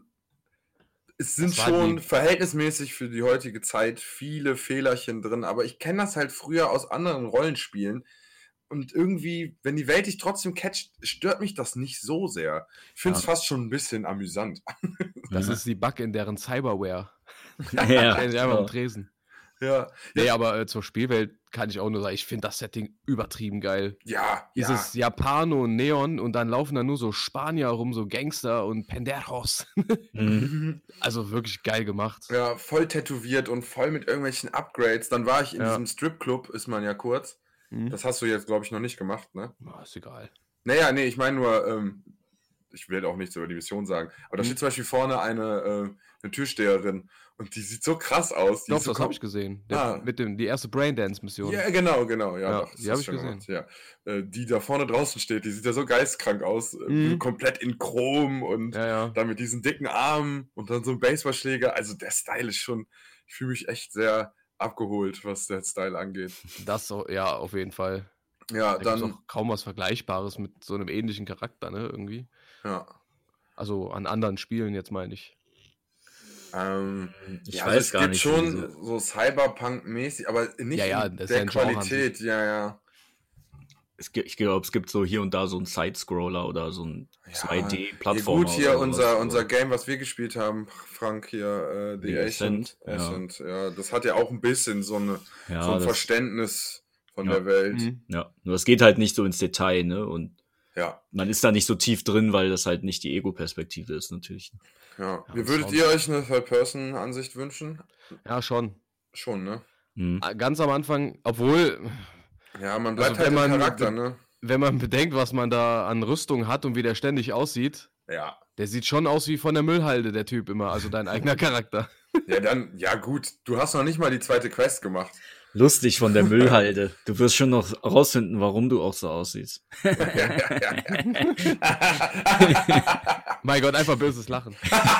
es sind Das war schon die- verhältnismäßig für die heutige Zeit viele Fehlerchen drin, aber ich kenne das halt früher aus anderen Rollenspielen. Und irgendwie, wenn die Welt dich trotzdem catcht, stört mich das nicht so sehr. Ich finde es Ja. fast schon ein bisschen amüsant. Das ist die Bug in deren Cyberware. Ja, Stellen sie einfach am ja. Tresen. Ja, Nee, aber zur Spielwelt kann ich auch nur sagen, ich finde das Setting übertrieben geil. ja, Dieses Japano Neon und dann laufen da nur so Spanier rum, so Gangster und Penderos. Mhm. Also wirklich geil gemacht. ja, voll tätowiert und voll mit irgendwelchen Upgrades. Dann war ich in Ja. diesem Stripclub, ist man ja kurz. Mhm. Das hast du jetzt, glaube ich, noch nicht gemacht, ne? Ist egal. Naja, nee, ich meine nur, ich will auch nichts über die Mission sagen, aber da Mhm. steht zum Beispiel vorne eine Türsteherin und die sieht so krass aus. Die Doch, ist so das habe ich gesehen. Ah. Die erste Braindance-Mission. Ja, genau, ja, Ja, doch, das die hab hast ich du schon gesehen. gemacht, ja. Die da vorne draußen steht, die sieht ja so geistkrank aus, Mhm. komplett in Chrom und Ja. dann mit diesen dicken Armen und dann so ein Baseballschläger. Also der Style ist schon, ich fühle mich echt sehr abgeholt, was der Style angeht. Das so, ja, auf jeden Fall. Ja, Da gibt es dann, auch kaum was Vergleichbares mit so einem ähnlichen Charakter, ne, irgendwie. ja. Also an anderen Spielen jetzt meine ich. Ich Ja, weiß also es gar gibt nicht. schon wie diese- so Cyberpunk-mäßig, aber nicht Ja, in das ist der ja ein Genre an Qualität, ja. Ich glaube, es gibt so hier und da so einen Sidescroller oder so ein Ja, 2D-Plattformer. gut, hier oder sowas, unser aber- Game, was wir gespielt haben, Frank hier, The The Ascent, Ascent, ja. ja, das hat ja auch ein bisschen so ein das- Verständnis von Ja. der Welt. Mhm. Ja, nur es geht halt nicht so ins Detail, ne? Und Ja, man ist da nicht so tief drin, weil das halt nicht die Ego-Perspektive ist, natürlich. ja. Ja, Wie würdet Sound- ihr euch eine Third-Person-Ansicht wünschen? Ja, schon. Schon, ne? Mhm. Ganz am Anfang, obwohl, Ja, man bleibt Also, halt wenn im man- Charakter, ne? wenn man bedenkt, was man da an Rüstung hat und wie der ständig aussieht, Ja. der sieht schon aus wie von der Müllhalde, der Typ immer, also dein eigener Charakter. Ja, dann, ja gut, du hast noch nicht mal die zweite Quest gemacht. Lustig von der Müllhalde. Du wirst schon noch rausfinden, warum du auch so aussiehst. Mein Gott, einfach böses Lachen.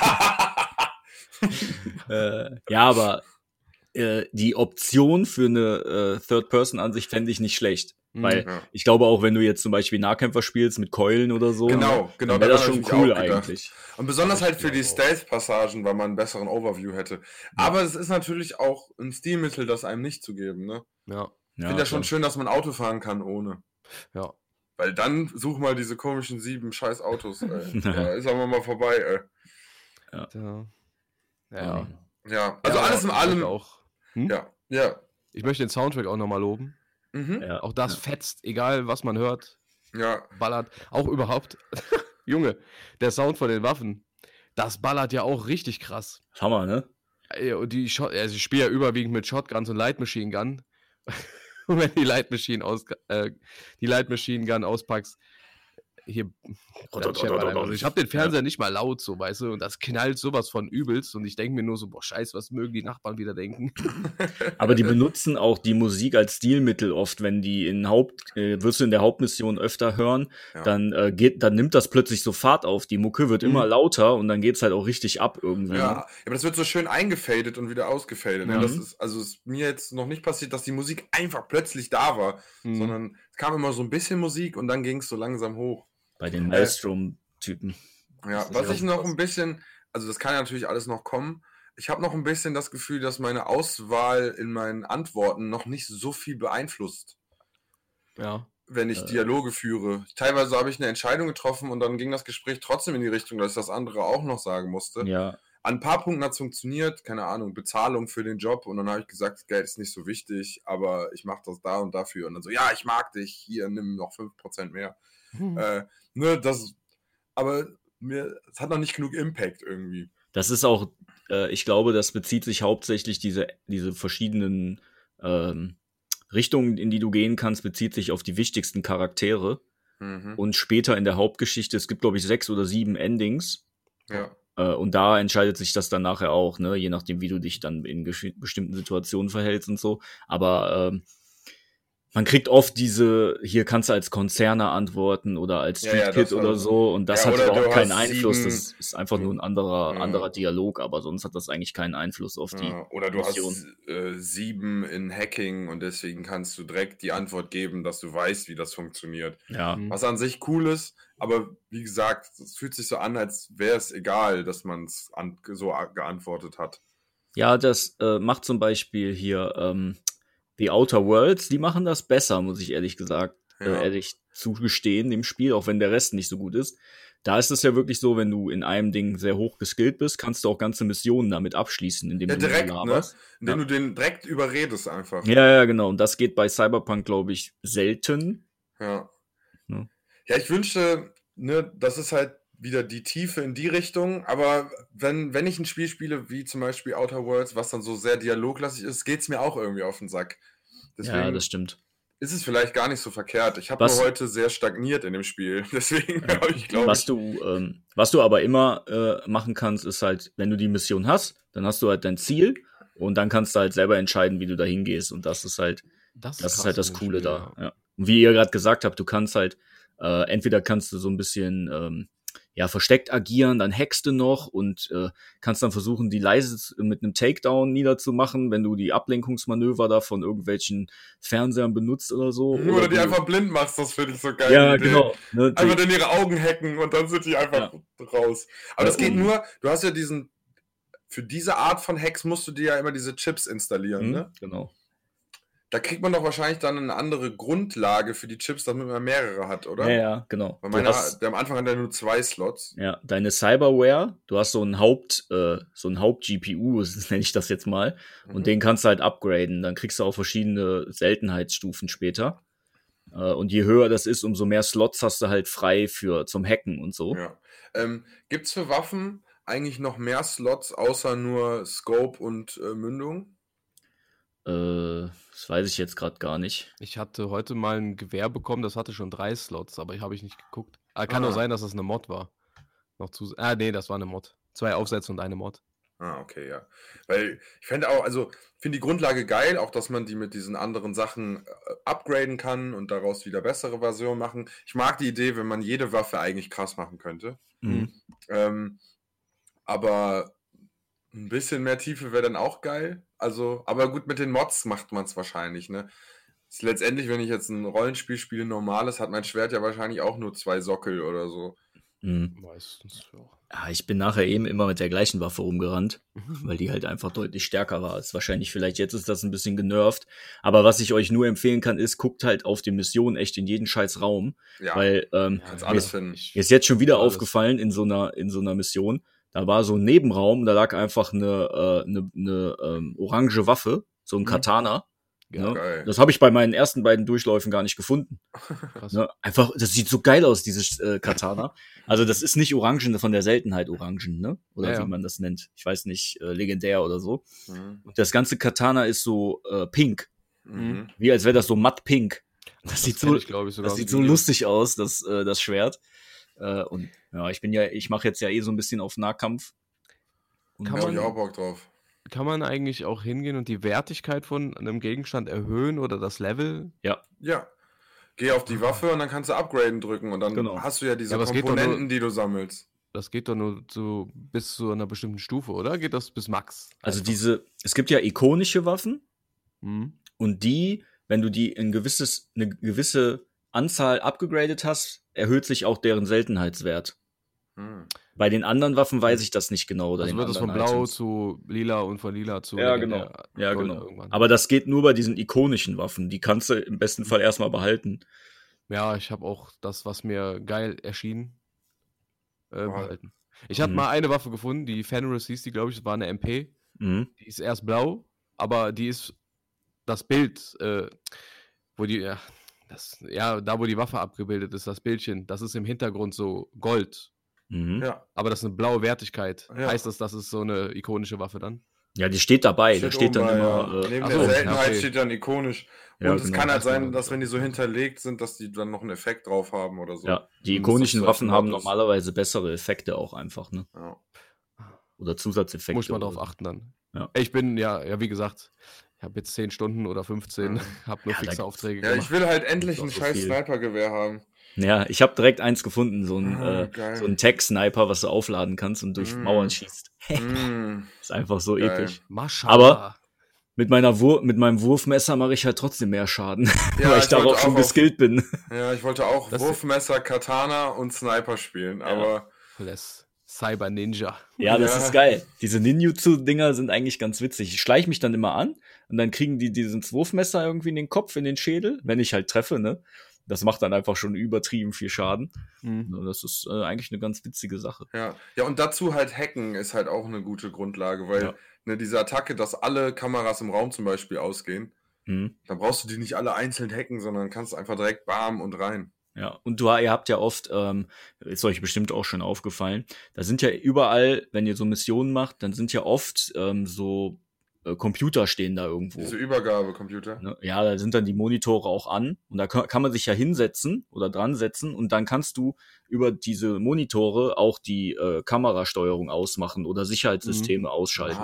Ja, aber die Option für eine Third-Person-Ansicht fände ich nicht schlecht. Weil Ja. ich glaube auch, wenn du jetzt zum Beispiel Nahkämpfer spielst mit Keulen oder so, Genau, dann wäre das daran schon hab ich cool auch gedacht. eigentlich. Und besonders Ja, halt für die ich glaub auch. Stealth-Passagen, weil man einen besseren Overview hätte. Aber es ist natürlich auch ein Stilmittel, das einem nicht zu geben, ne? Ja, Ich finde ja schon schön, dass man Auto fahren kann ohne. ja. Weil dann such mal diese komischen 7 scheiß Autos, ey. Da ist aber mal vorbei, ey. Ja. Mhm. Ja, also Ja, alles in ich allem. möchte auch, Ja. ich möchte den Soundtrack auch nochmal loben. Mhm. Ja. Auch das fetzt, egal was man hört, Ja. ballert. Auch überhaupt. Junge, der Sound von den Waffen, das ballert ja auch richtig krass. Hammer, ne? Und ich spiele ja überwiegend mit Shotguns und Light Machine Gun. Und wenn die Light Machine Gun auspackst, hier. dann scheppert einfach so. Ich habe den Fernseher nicht mal laut, so, weißt du, und das knallt sowas von übelst. Und ich denke mir nur so, boah, scheiße, was mögen die Nachbarn wieder denken? Aber die benutzen auch die Musik als Stilmittel oft, wenn die wirst du in der Hauptmission öfter hören, Ja. dann nimmt das plötzlich so Fahrt auf. Die Mucke wird immer lauter und dann geht's halt auch richtig ab irgendwie. Ja, aber das wird so schön eingefadet und wieder ausgefadet. Ne? Mhm. Das ist, also ist mir jetzt noch nicht passiert, dass die Musik einfach plötzlich da war, Mhm. sondern es kam immer so ein bisschen Musik und dann ging es so langsam hoch. Bei den Maelstrom-Typen. Ja, was ich noch ein bisschen, also das kann ja natürlich alles noch kommen. Ich habe noch ein bisschen das Gefühl, dass meine Auswahl in meinen Antworten noch nicht so viel beeinflusst. Ja. Wenn ich Dialoge führe. Teilweise habe ich eine Entscheidung getroffen und dann ging das Gespräch trotzdem in die Richtung, dass ich das andere auch noch sagen musste. Ja. An ein paar Punkten hat es funktioniert, keine Ahnung, Bezahlung für den Job und dann habe ich gesagt, das Geld ist nicht so wichtig, aber ich mache das da und dafür. Und dann so, ja, ich mag dich, hier, nimm noch 5% mehr. Aber es hat noch nicht genug Impact irgendwie. Das ist auch, ich glaube, das bezieht sich hauptsächlich, diese verschiedenen Richtungen, in die du gehen kannst, bezieht sich auf die wichtigsten Charaktere. Und später in der Hauptgeschichte, es gibt, glaube ich, 6 oder 7 Endings. Ja. Und da entscheidet sich das dann nachher auch, ne? Je nachdem, wie du dich dann in bestimmten Situationen verhältst und so. Aber man kriegt oft hier kannst du als Konzerne antworten oder als Street-Kid oder so. Und das hat überhaupt keinen Einfluss. Das ist einfach nur ein anderer Dialog, aber sonst hat das eigentlich keinen Einfluss auf die Oder du Mission. hast 7 in Hacking und deswegen kannst du direkt die Antwort geben, dass du weißt, wie das funktioniert. Ja. Was an sich cool ist, aber wie gesagt, es fühlt sich so an, als wäre es egal, dass man es so geantwortet hat. Ja, das macht zum Beispiel hier The Outer Worlds, die machen das besser, muss ich ehrlich zugestehen, dem Spiel, auch wenn der Rest nicht so gut ist. Da ist es ja wirklich so, wenn du in einem Ding sehr hoch geskillt bist, kannst du auch ganze Missionen damit abschließen, indem du direkt, laberst. Indem du den direkt überredest einfach. Ja, genau. Und das geht bei Cyberpunk, glaube ich, selten. Ja, ich wünschte, das ist halt wieder die Tiefe in die Richtung, aber wenn ich ein Spiel spiele, wie zum Beispiel Outer Worlds, was dann so sehr dialoglastig ist, geht es mir auch irgendwie auf den Sack. Deswegen ja, das stimmt. Ist es vielleicht gar nicht so verkehrt. Ich habe nur heute sehr stagniert in dem Spiel, deswegen glaube ich, was du aber immer machen kannst, ist halt, wenn du die Mission hast, dann hast du halt dein Ziel und dann kannst du halt selber entscheiden, wie du da hingehst und das ist halt das Coole da. Ja. Und wie ihr gerade gesagt habt, du kannst halt entweder kannst du so ein bisschen versteckt agieren, dann hackst du noch und kannst dann versuchen, die leise mit einem Takedown niederzumachen, wenn du die Ablenkungsmanöver da von irgendwelchen Fernsehern benutzt oder so. Oder die einfach blind machst, das finde ich so geil. Ja, genau. Ne, einfach in ihre Augen hacken und dann sind die einfach raus. Aber das geht nur, du hast ja für diese Art von Hacks musst du dir ja immer diese Chips installieren, ne? Genau. Da kriegt man doch wahrscheinlich dann eine andere Grundlage für die Chips, damit man mehrere hat, oder? Ja, genau. Weil am Anfang hat er nur 2 Slots. Ja, deine Cyberware, du hast so ein Haupt-GPU, nenne ich das jetzt mal, und den kannst du halt upgraden. Dann kriegst du auch verschiedene Seltenheitsstufen später. Und je höher das ist, umso mehr Slots hast du halt frei zum Hacken und so. Ja. Gibt's für Waffen eigentlich noch mehr Slots, außer nur Scope und Mündung? Das weiß ich jetzt gerade gar nicht. Ich hatte heute mal ein Gewehr bekommen, das hatte schon 3 Slots, aber habe ich nicht geguckt. Kann auch sein, dass das eine Mod war. Nee, das war eine Mod. 2 Aufsätze und eine Mod. Okay, ja. Weil ich finde die Grundlage geil, auch dass man die mit diesen anderen Sachen upgraden kann und daraus wieder bessere Versionen machen. Ich mag die Idee, wenn man jede Waffe eigentlich krass machen könnte. Aber ein bisschen mehr Tiefe wäre dann auch geil. Aber gut, mit den Mods macht man es wahrscheinlich, ne? Letztendlich, wenn ich jetzt ein Rollenspiel spiele, normales, hat mein Schwert ja wahrscheinlich auch nur 2 Sockel oder so. Meistens, ja. Ja, ich bin nachher eben immer mit der gleichen Waffe rumgerannt, weil die halt einfach deutlich stärker war. Jetzt ist das ein bisschen genervt. Aber was ich euch nur empfehlen kann, ist, guckt halt auf die Mission echt in jeden scheiß Raum. Ja, weil alles finden. Mir ist jetzt schon wieder aufgefallen in so einer Mission. Da war so ein Nebenraum, da lag einfach eine orange Waffe, so ein Katana. Ja, geil. Das habe ich bei meinen ersten beiden Durchläufen gar nicht gefunden. Ne? Einfach, das sieht so geil aus, dieses Katana. Also das ist nicht Orangen von der Seltenheit Orangen, ne? Oder wie man das nennt. Ich weiß nicht, legendär oder so. Und das ganze Katana ist so pink. Wie als wäre das so matt pink. Das sieht so lustig aus, das Schwert. Und ja, ich mache jetzt ja so ein bisschen auf Nahkampf. Da habe ich auch Bock drauf. Kann man eigentlich auch hingehen und die Wertigkeit von einem Gegenstand erhöhen oder das Level? Ja. Geh auf die Waffe und dann kannst du Upgraden drücken und dann hast du ja diese Komponenten, die du sammelst. Das geht doch nur bis zu einer bestimmten Stufe, oder? Geht das bis Max? Also es gibt ja ikonische Waffen und wenn du die eine gewisse Anzahl abgegradet hast, erhöht sich auch deren Seltenheitswert. Hm. Bei den anderen Waffen weiß ich das nicht genau. Oder Also den wird es von anderen Blau Items. zu Lila und von Lila zu Ja, legendär genau. Ja, Gold genau. irgendwann. Aber das geht nur bei diesen ikonischen Waffen. Die kannst du im besten Fall erstmal behalten. Ja, ich habe auch das, was mir geil erschien, behalten. Ich habe Mhm. mal eine Waffe gefunden, die Fenris hieß die, glaube ich, das war eine MP. Mhm. Die ist erst blau, aber die ist das Bild, wo die, da wo die Waffe abgebildet ist, das Bildchen, das ist im Hintergrund so Gold. Mhm. Ja. Aber das ist eine blaue Wertigkeit. Ja. Heißt das ist so eine ikonische Waffe dann? Ja, die steht dabei. Da steht dann oben bei, immer. ja. Neben ach der so, Seltenheit okay. steht dann ikonisch. Und Ja, es genau. kann halt Das war sein, dann dass so. wenn die so hinterlegt sind, dass die dann noch einen Effekt drauf haben oder so. Ja, die Und ikonischen das Waffen haben Mod ist. normalerweise bessere Effekte auch einfach, ne? Ja. Oder Zusatzeffekte. Muss man oder darauf so. achten dann. Ja. Ich bin, wie gesagt, ich habe jetzt 10 Stunden oder 15, Ja. habe nur Ja, da fixe gibt's- Aufträge Ja, ich gemacht. will halt endlich Das ein ist auch so scheiß viel. Snipergewehr haben. Ja, ich habe direkt eins gefunden, so ein Geil. Tech-Sniper, was du aufladen kannst und durch Mm. Mauern schießt. Mm. Ist einfach so Geil. episch. Maschallah. Aber mit meinem Wurfmesser mache ich halt trotzdem mehr Schaden, Ja, weil ich ich darauf wollte schon auch auf- geskillt bin. Ja, ich wollte auch Das- Wurfmesser, Katana und Sniper spielen, aber Das Cyber Ninja. Ja, das Ja. ist geil. Diese Ninjutsu-Dinger sind eigentlich ganz witzig. Ich schleiche mich dann immer an und dann kriegen die dieses Wurfmesser irgendwie in den Kopf, in den Schädel, wenn ich halt treffe, ne? Das macht dann einfach schon übertrieben viel Schaden. Mhm. Das ist eigentlich eine ganz witzige Sache. ja. Ja, und dazu halt Hacken ist halt auch eine gute Grundlage, weil Ja. ne, diese Attacke, dass alle Kameras im Raum zum Beispiel ausgehen, Mhm. dann brauchst du die nicht alle einzeln hacken, sondern kannst einfach direkt bam und rein. Ja, und ihr habt ja oft, ist euch bestimmt auch schon aufgefallen, da sind ja überall, wenn ihr so Missionen macht, dann sind ja oft so Computer stehen da irgendwo. Diese Übergabecomputer. Ne? Ja, da sind dann die Monitore auch an und da kann man sich ja hinsetzen oder dran setzen und dann kannst du über diese Monitore auch die Kamerasteuerung ausmachen oder Sicherheitssysteme ausschalten.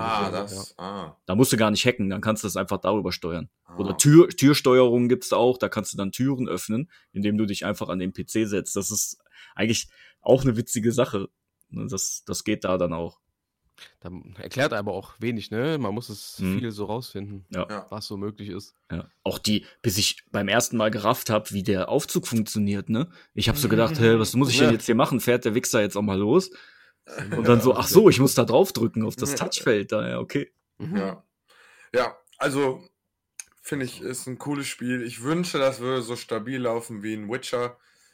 Da musst du gar nicht hacken, dann kannst du das einfach darüber steuern. Oder Türsteuerung gibt's da auch, da kannst du dann Türen öffnen, indem du dich einfach an den PC setzt. Das ist eigentlich auch eine witzige Sache. Das geht da dann auch. Da erklärt aber auch wenig, ne? Man muss es viel so rausfinden, Ja. was so möglich ist. Ja. Auch bis ich beim ersten Mal gerafft habe, wie der Aufzug funktioniert, ne? Ich habe so gedacht, was muss ich denn jetzt hier machen? Fährt der Wichser jetzt auch mal los? Und dann so, ach so, ich muss da drauf drücken auf das Touchfeld da, ja, okay. Ja. Ja, also finde ich, ist ein cooles Spiel. Ich wünsche, das würde so stabil laufen wie ein Witcher.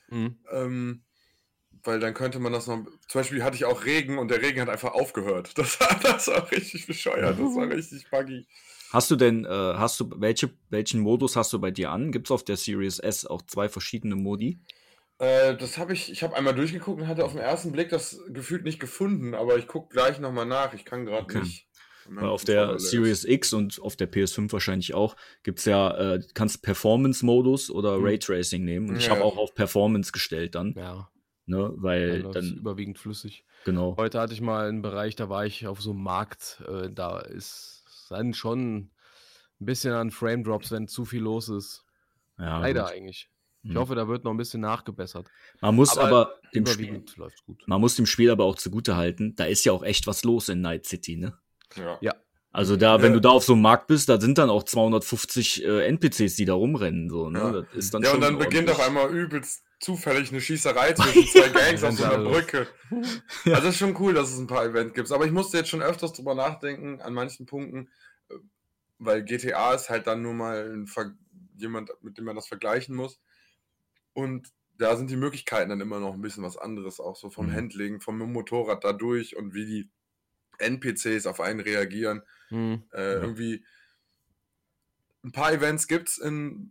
Mhm. Weil dann könnte man das noch. Zum Beispiel hatte ich auch Regen und der Regen hat einfach aufgehört. Das war richtig bescheuert. Das war richtig buggy. Hast du denn, welchen Modus hast du bei dir an? Gibt's auf der Series S auch 2 verschiedene Modi? Das habe ich habe einmal durchgeguckt und hatte auf den ersten Blick das gefühlt nicht gefunden, aber ich gucke gleich nochmal nach. Ich kann gerade nicht. Weil auf der Series X und auf der PS5 wahrscheinlich auch gibt's ja, kannst Performance-Modus oder Raytracing nehmen. Und ich habe auch auf Performance gestellt dann. Ja. Ne, weil dann dann überwiegend flüssig. Genau. Heute hatte ich mal einen Bereich, da war ich auf so einem Markt, da ist dann schon ein bisschen an Frame Drops, wenn zu viel los ist. Ja, Leider gut. eigentlich. Ich hoffe, da wird noch ein bisschen nachgebessert. Man muss aber dem Überwiegend läuft's gut. Man muss dem Spiel aber auch zugute halten, da ist ja auch echt was los in Night City, ne? Ja. Also da, wenn du da auf so einem Markt bist, da sind dann auch 250 NPCs, die da rumrennen, so, ne? Ja. Das ist dann Ja, schon und dann beginnt ordentlich. auf einmal übelst zufällig eine Schießerei zwischen zwei Gangs auf so einer Brücke. Also das ist schon cool, dass es ein paar Events gibt. Aber ich musste jetzt schon öfters drüber nachdenken, an manchen Punkten, weil GTA ist halt dann nur mal jemand, mit dem man das vergleichen muss. Und da sind die Möglichkeiten dann immer noch ein bisschen was anderes, auch so vom Handling, vom Motorrad da durch und wie die NPCs auf einen reagieren. Irgendwie ein paar Events gibt's in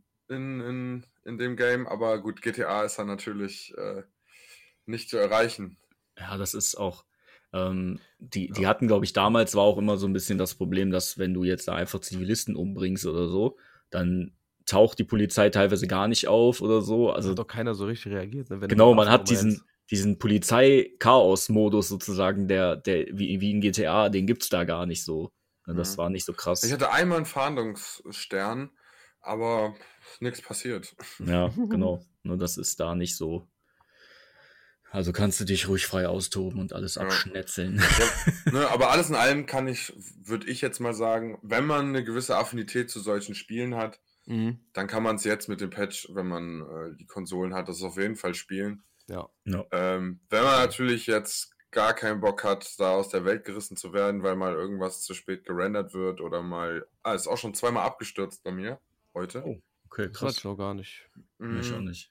dem Game, aber gut, GTA ist dann natürlich nicht zu erreichen. Ja, das ist auch, die hatten, glaube ich, damals war auch immer so ein bisschen das Problem, dass wenn du jetzt da einfach Zivilisten umbringst oder so, dann taucht die Polizei teilweise gar nicht auf oder so. Also hat doch keiner so richtig reagiert. Ne? Genau, man hat diesen Polizei-Chaos-Modus sozusagen, der wie in GTA, den gibt's da gar nicht so. Das war nicht so krass. Ich hatte einmal einen Fahndungsstern, aber nichts passiert. Ja, genau. Nur das ist da nicht so. Also kannst du dich ruhig frei austoben und alles abschnetzeln. Ja, ne, aber alles in allem würde ich jetzt mal sagen, wenn man eine gewisse Affinität zu solchen Spielen hat, dann kann man es jetzt mit dem Patch, wenn man die Konsolen hat, das auf jeden Fall spielen. Ja. Wenn man natürlich jetzt gar keinen Bock hat, da aus der Welt gerissen zu werden, weil mal irgendwas zu spät gerendert wird oder mal... ist auch schon zweimal abgestürzt bei mir heute. Oh, okay, Das krass. hat schon gar nicht. Mich auch nicht.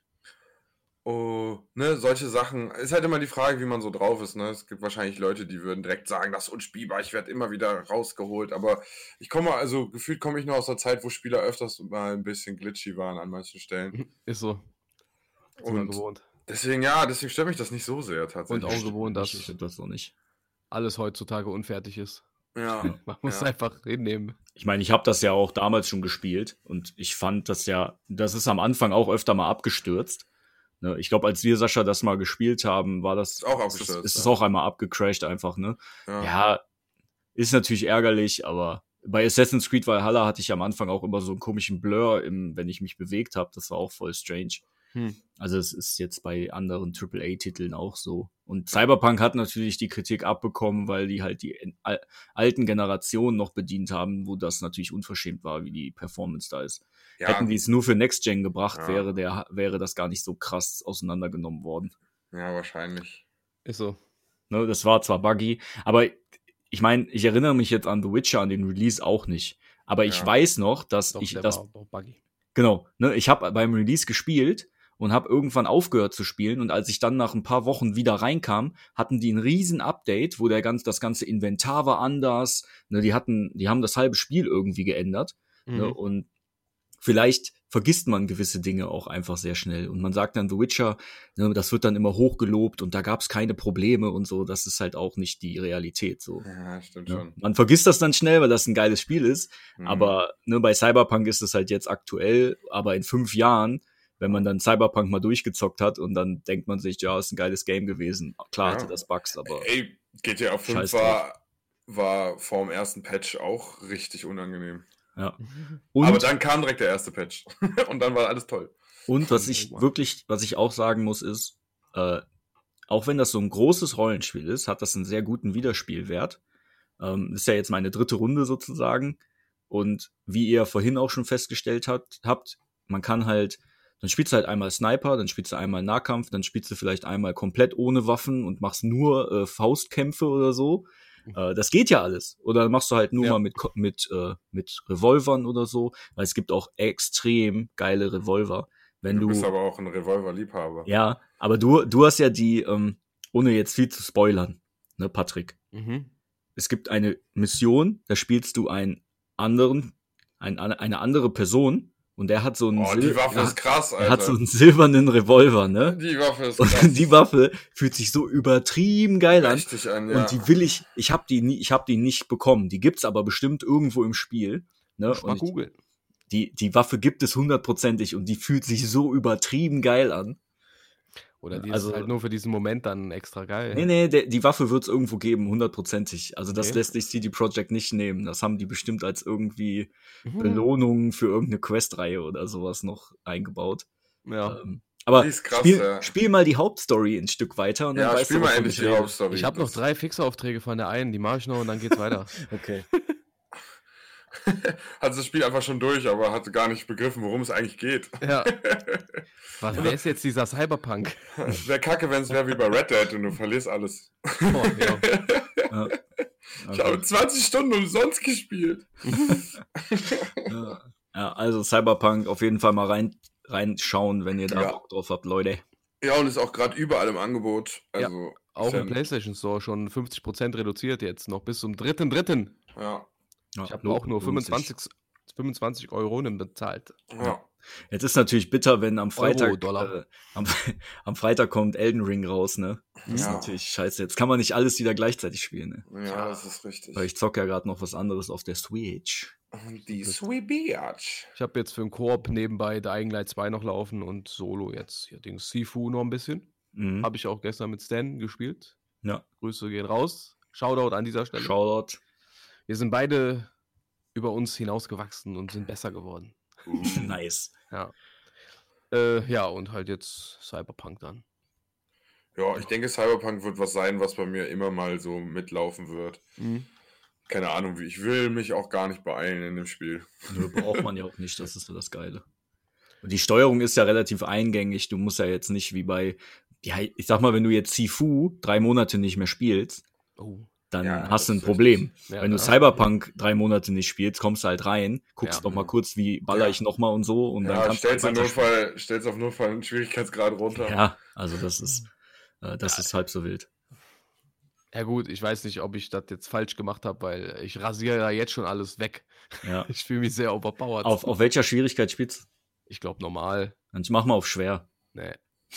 Oh, ne, solche Sachen. Ist halt immer die Frage, wie man so drauf ist, ne? Es gibt wahrscheinlich Leute, die würden direkt sagen, das ist unspielbar, ich werde immer wieder rausgeholt, aber gefühlt komme ich noch aus der Zeit, wo Spieler öfters mal ein bisschen glitchy waren an manchen Stellen. Ist so. Sind wir gewohnt. Deswegen stört mich das nicht so sehr tatsächlich. Und auch gewohnt, dass das noch nicht. Alles heutzutage unfertig ist. Ja. Man muss einfach hinnehmen. Ich meine, ich habe das ja auch damals schon gespielt und ich fand das ist am Anfang auch öfter mal abgestürzt. Ne? Ich glaube, als wir, Sascha, das mal gespielt haben, war das auch abgestürzt. Ist es auch einmal abgecrashed einfach, ne? Ja, ist natürlich ärgerlich, aber bei Assassin's Creed Valhalla hatte ich am Anfang auch immer so einen komischen Blur, wenn ich mich bewegt habe. Das war auch voll strange. Also es ist jetzt bei anderen AAA-Titeln auch so. Und Cyberpunk hat natürlich die Kritik abbekommen, weil die halt die alten Generationen noch bedient haben, wo das natürlich unverschämt war, wie die Performance da ist. Ja. Hätten die es nur für Next Gen gebracht, wäre das gar nicht so krass auseinandergenommen worden. Ja, wahrscheinlich. Ist so. Ne, das war zwar buggy, aber ich meine, ich erinnere mich jetzt an The Witcher, an den Release auch nicht. Aber ich weiß noch, dass war buggy. Genau, ne, ich habe beim Release gespielt und habe irgendwann aufgehört zu spielen und als ich dann nach ein paar Wochen wieder reinkam, hatten die ein riesen Update, wo das ganze Inventar war anders, ne, die haben das halbe Spiel irgendwie geändert, ne, und vielleicht vergisst man gewisse Dinge auch einfach sehr schnell und man sagt dann The Witcher, ne, das wird dann immer hochgelobt und da gab es keine Probleme und so, das ist halt auch nicht die Realität so. Ja, stimmt Ja. schon. Man vergisst das dann schnell, weil das ein geiles Spiel ist, aber ne, bei Cyberpunk ist es halt jetzt aktuell, aber in 5 Jahren, wenn man dann Cyberpunk mal durchgezockt hat und dann denkt man sich, ja, ist ein geiles Game gewesen. Klar hatte das Bugs, aber... Ey, GTA 5 war vor dem ersten Patch auch richtig unangenehm. Ja. Aber dann kam direkt der erste Patch und dann war alles toll. Und was ich auch sagen muss, ist, auch wenn das so ein großes Rollenspiel ist, hat das einen sehr guten Wiederspielwert. Ist ja jetzt meine 3. Runde sozusagen. Und wie ihr vorhin auch schon festgestellt habt, man kann halt, dann spielst du halt einmal Sniper, dann spielst du einmal Nahkampf, dann spielst du vielleicht einmal komplett ohne Waffen und machst nur Faustkämpfe oder so. Das geht ja alles. Oder dann machst du halt nur mal mit Revolvern oder so, weil es gibt auch extrem geile Revolver. Du bist aber auch ein Revolver-Liebhaber. Ja, aber du hast ja die, ohne jetzt viel zu spoilern, ne, Patrick? Es gibt eine Mission, da spielst du eine andere Person und der hat so einen die Waffe ist krass, Alter. Er hat so einen silbernen Revolver, ne? Die Waffe ist krass. Und die Waffe fühlt sich so übertrieben geil an. Richtig an, ja. Und die ich hab die nicht bekommen. Die gibt's aber bestimmt irgendwo im Spiel. Ne? Mal googeln. Die Waffe gibt es 100%ig und die fühlt sich so übertrieben geil an. Oder die ist halt nur für diesen Moment dann extra geil. Nee, die Waffe wird's irgendwo geben, 100%ig. Also das lässt sich CD Projekt nicht nehmen. Das haben die bestimmt als irgendwie Belohnung für irgendeine Questreihe oder sowas noch eingebaut. Ja. Aber krass, spiel mal die Hauptstory ein Stück weiter und dann weißt spiel mal endlich die Hauptstory. Ich habe noch 3 Fixaufträge von der einen, die mache ich noch und dann geht's weiter. Okay. Hat das Spiel einfach schon durch, aber hat gar nicht begriffen, worum es eigentlich geht. Ja. Wer ist jetzt dieser Cyberpunk? Wäre kacke, wenn es wäre wie bei Red Dead und du verlierst alles. Oh, ja. Ich habe 20 Stunden umsonst gespielt. Ja, also Cyberpunk auf jeden Fall mal reinschauen, wenn ihr da Bock drauf habt, Leute. Ja, und ist auch gerade überall im Angebot. Also auch im PlayStation Store schon 50% reduziert jetzt, noch bis zum 3.3. Ja. Ich habe auch nur 25 Euro bezahlt. Ja. Jetzt ist natürlich bitter, wenn am Freitag Dollar. am Freitag kommt Elden Ring raus, ne? Das ist Ja. natürlich scheiße. Jetzt kann man nicht alles wieder gleichzeitig spielen, ne? Ja, das ist richtig. Weil ich zocke ja gerade noch was anderes auf der Switch. Die Switch. Ich habe jetzt für den Koop nebenbei Dying Light 2 noch laufen und Solo jetzt hier Dings Sifu noch ein bisschen. Habe ich auch gestern mit Stan gespielt. Ja. Grüße gehen raus. Shoutout an dieser Stelle. Shoutout. Wir sind beide über uns hinausgewachsen und sind besser geworden. Nice. Ja. Ja, und halt jetzt Cyberpunk dann. Ja, ich denke, Cyberpunk wird was sein, was bei mir immer mal so mitlaufen wird. keine Ahnung, ich will mich auch gar nicht beeilen in dem Spiel. Nö, braucht man ja auch nicht, das ist so das Geile. Und die Steuerung ist ja relativ eingängig, du musst ja jetzt nicht wie bei, ja, ich sag mal, wenn du jetzt Sifu 3 Monate nicht mehr spielst, dann Ja, hast du das ein ist Problem. Ja, wenn du das- Cyberpunk 3 Monate nicht spielst, kommst du halt rein, guckst Ja. noch mal kurz, wie baller ich noch mal und so und dann Ja, kannst du halt weiterspielen. stellst auf Notfall einen Schwierigkeitsgrad runter. Ja, also das ist halb so wild. Ja gut, ich weiß nicht, ob ich das jetzt falsch gemacht habe, weil ich rasiere ja jetzt schon alles weg. Ja. Ich fühle mich sehr overpowered. Auf welcher Schwierigkeit spielst du? Ich glaube normal. Dann mach mal auf schwer. Nee.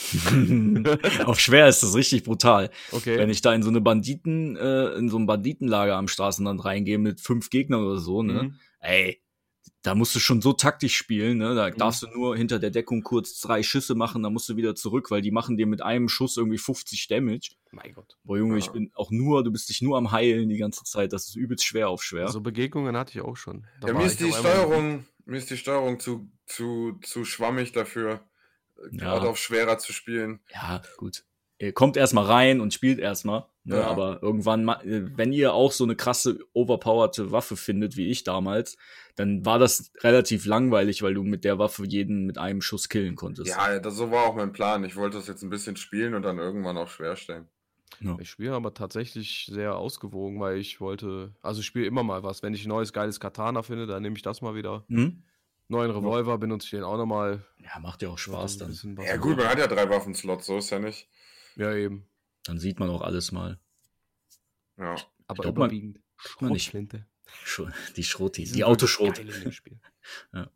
Auf schwer ist das richtig brutal. Okay. Wenn ich da in so ein Banditenlager am Straßenrand reingehe mit 5 Gegnern oder so, ne? Mhm. Ey, da musst du schon so taktisch spielen, ne? Da darfst du nur hinter der Deckung kurz 3 Schüsse machen, dann musst du wieder zurück, weil die machen dir mit einem Schuss irgendwie 50 Damage. Mein Gott. Boah, Junge, Ja. du bist dich nur am Heilen die ganze Zeit. Das ist übelst schwer auf schwer. So Begegnungen hatte ich auch schon. Da Ja, war mir ist ich die auf einmal- Steuerung zu schwammig dafür, gerade auf schwerer zu spielen. Ja, gut. Ihr kommt erstmal rein und spielt erstmal, ne? Ja. Aber irgendwann, wenn ihr auch so eine krasse, overpowerte Waffe findet, wie ich damals, dann war das relativ langweilig, weil du mit der Waffe jeden mit einem Schuss killen konntest. Ja, so war auch mein Plan. Ich wollte das jetzt ein bisschen spielen und dann irgendwann auf schwer stellen. Ja. Ich spiele aber tatsächlich sehr ausgewogen, weil ich wollte, also ich spiele immer mal was. Wenn ich ein neues geiles Katana finde, dann nehme ich das mal wieder. Hm? Neuen Revolver benutze ich den auch nochmal. Ja, macht ja auch Spaß dann. Ja gut, man hat ja 3 Waffenslots, so ist ja nicht. Ja, eben. Dann sieht man auch alles mal. Ja. Aber glaub, überwiegend man nicht- Schrotflinte. Die Schroti, sind die wirklich Autoschrot. geil in dem Spiel. Ja,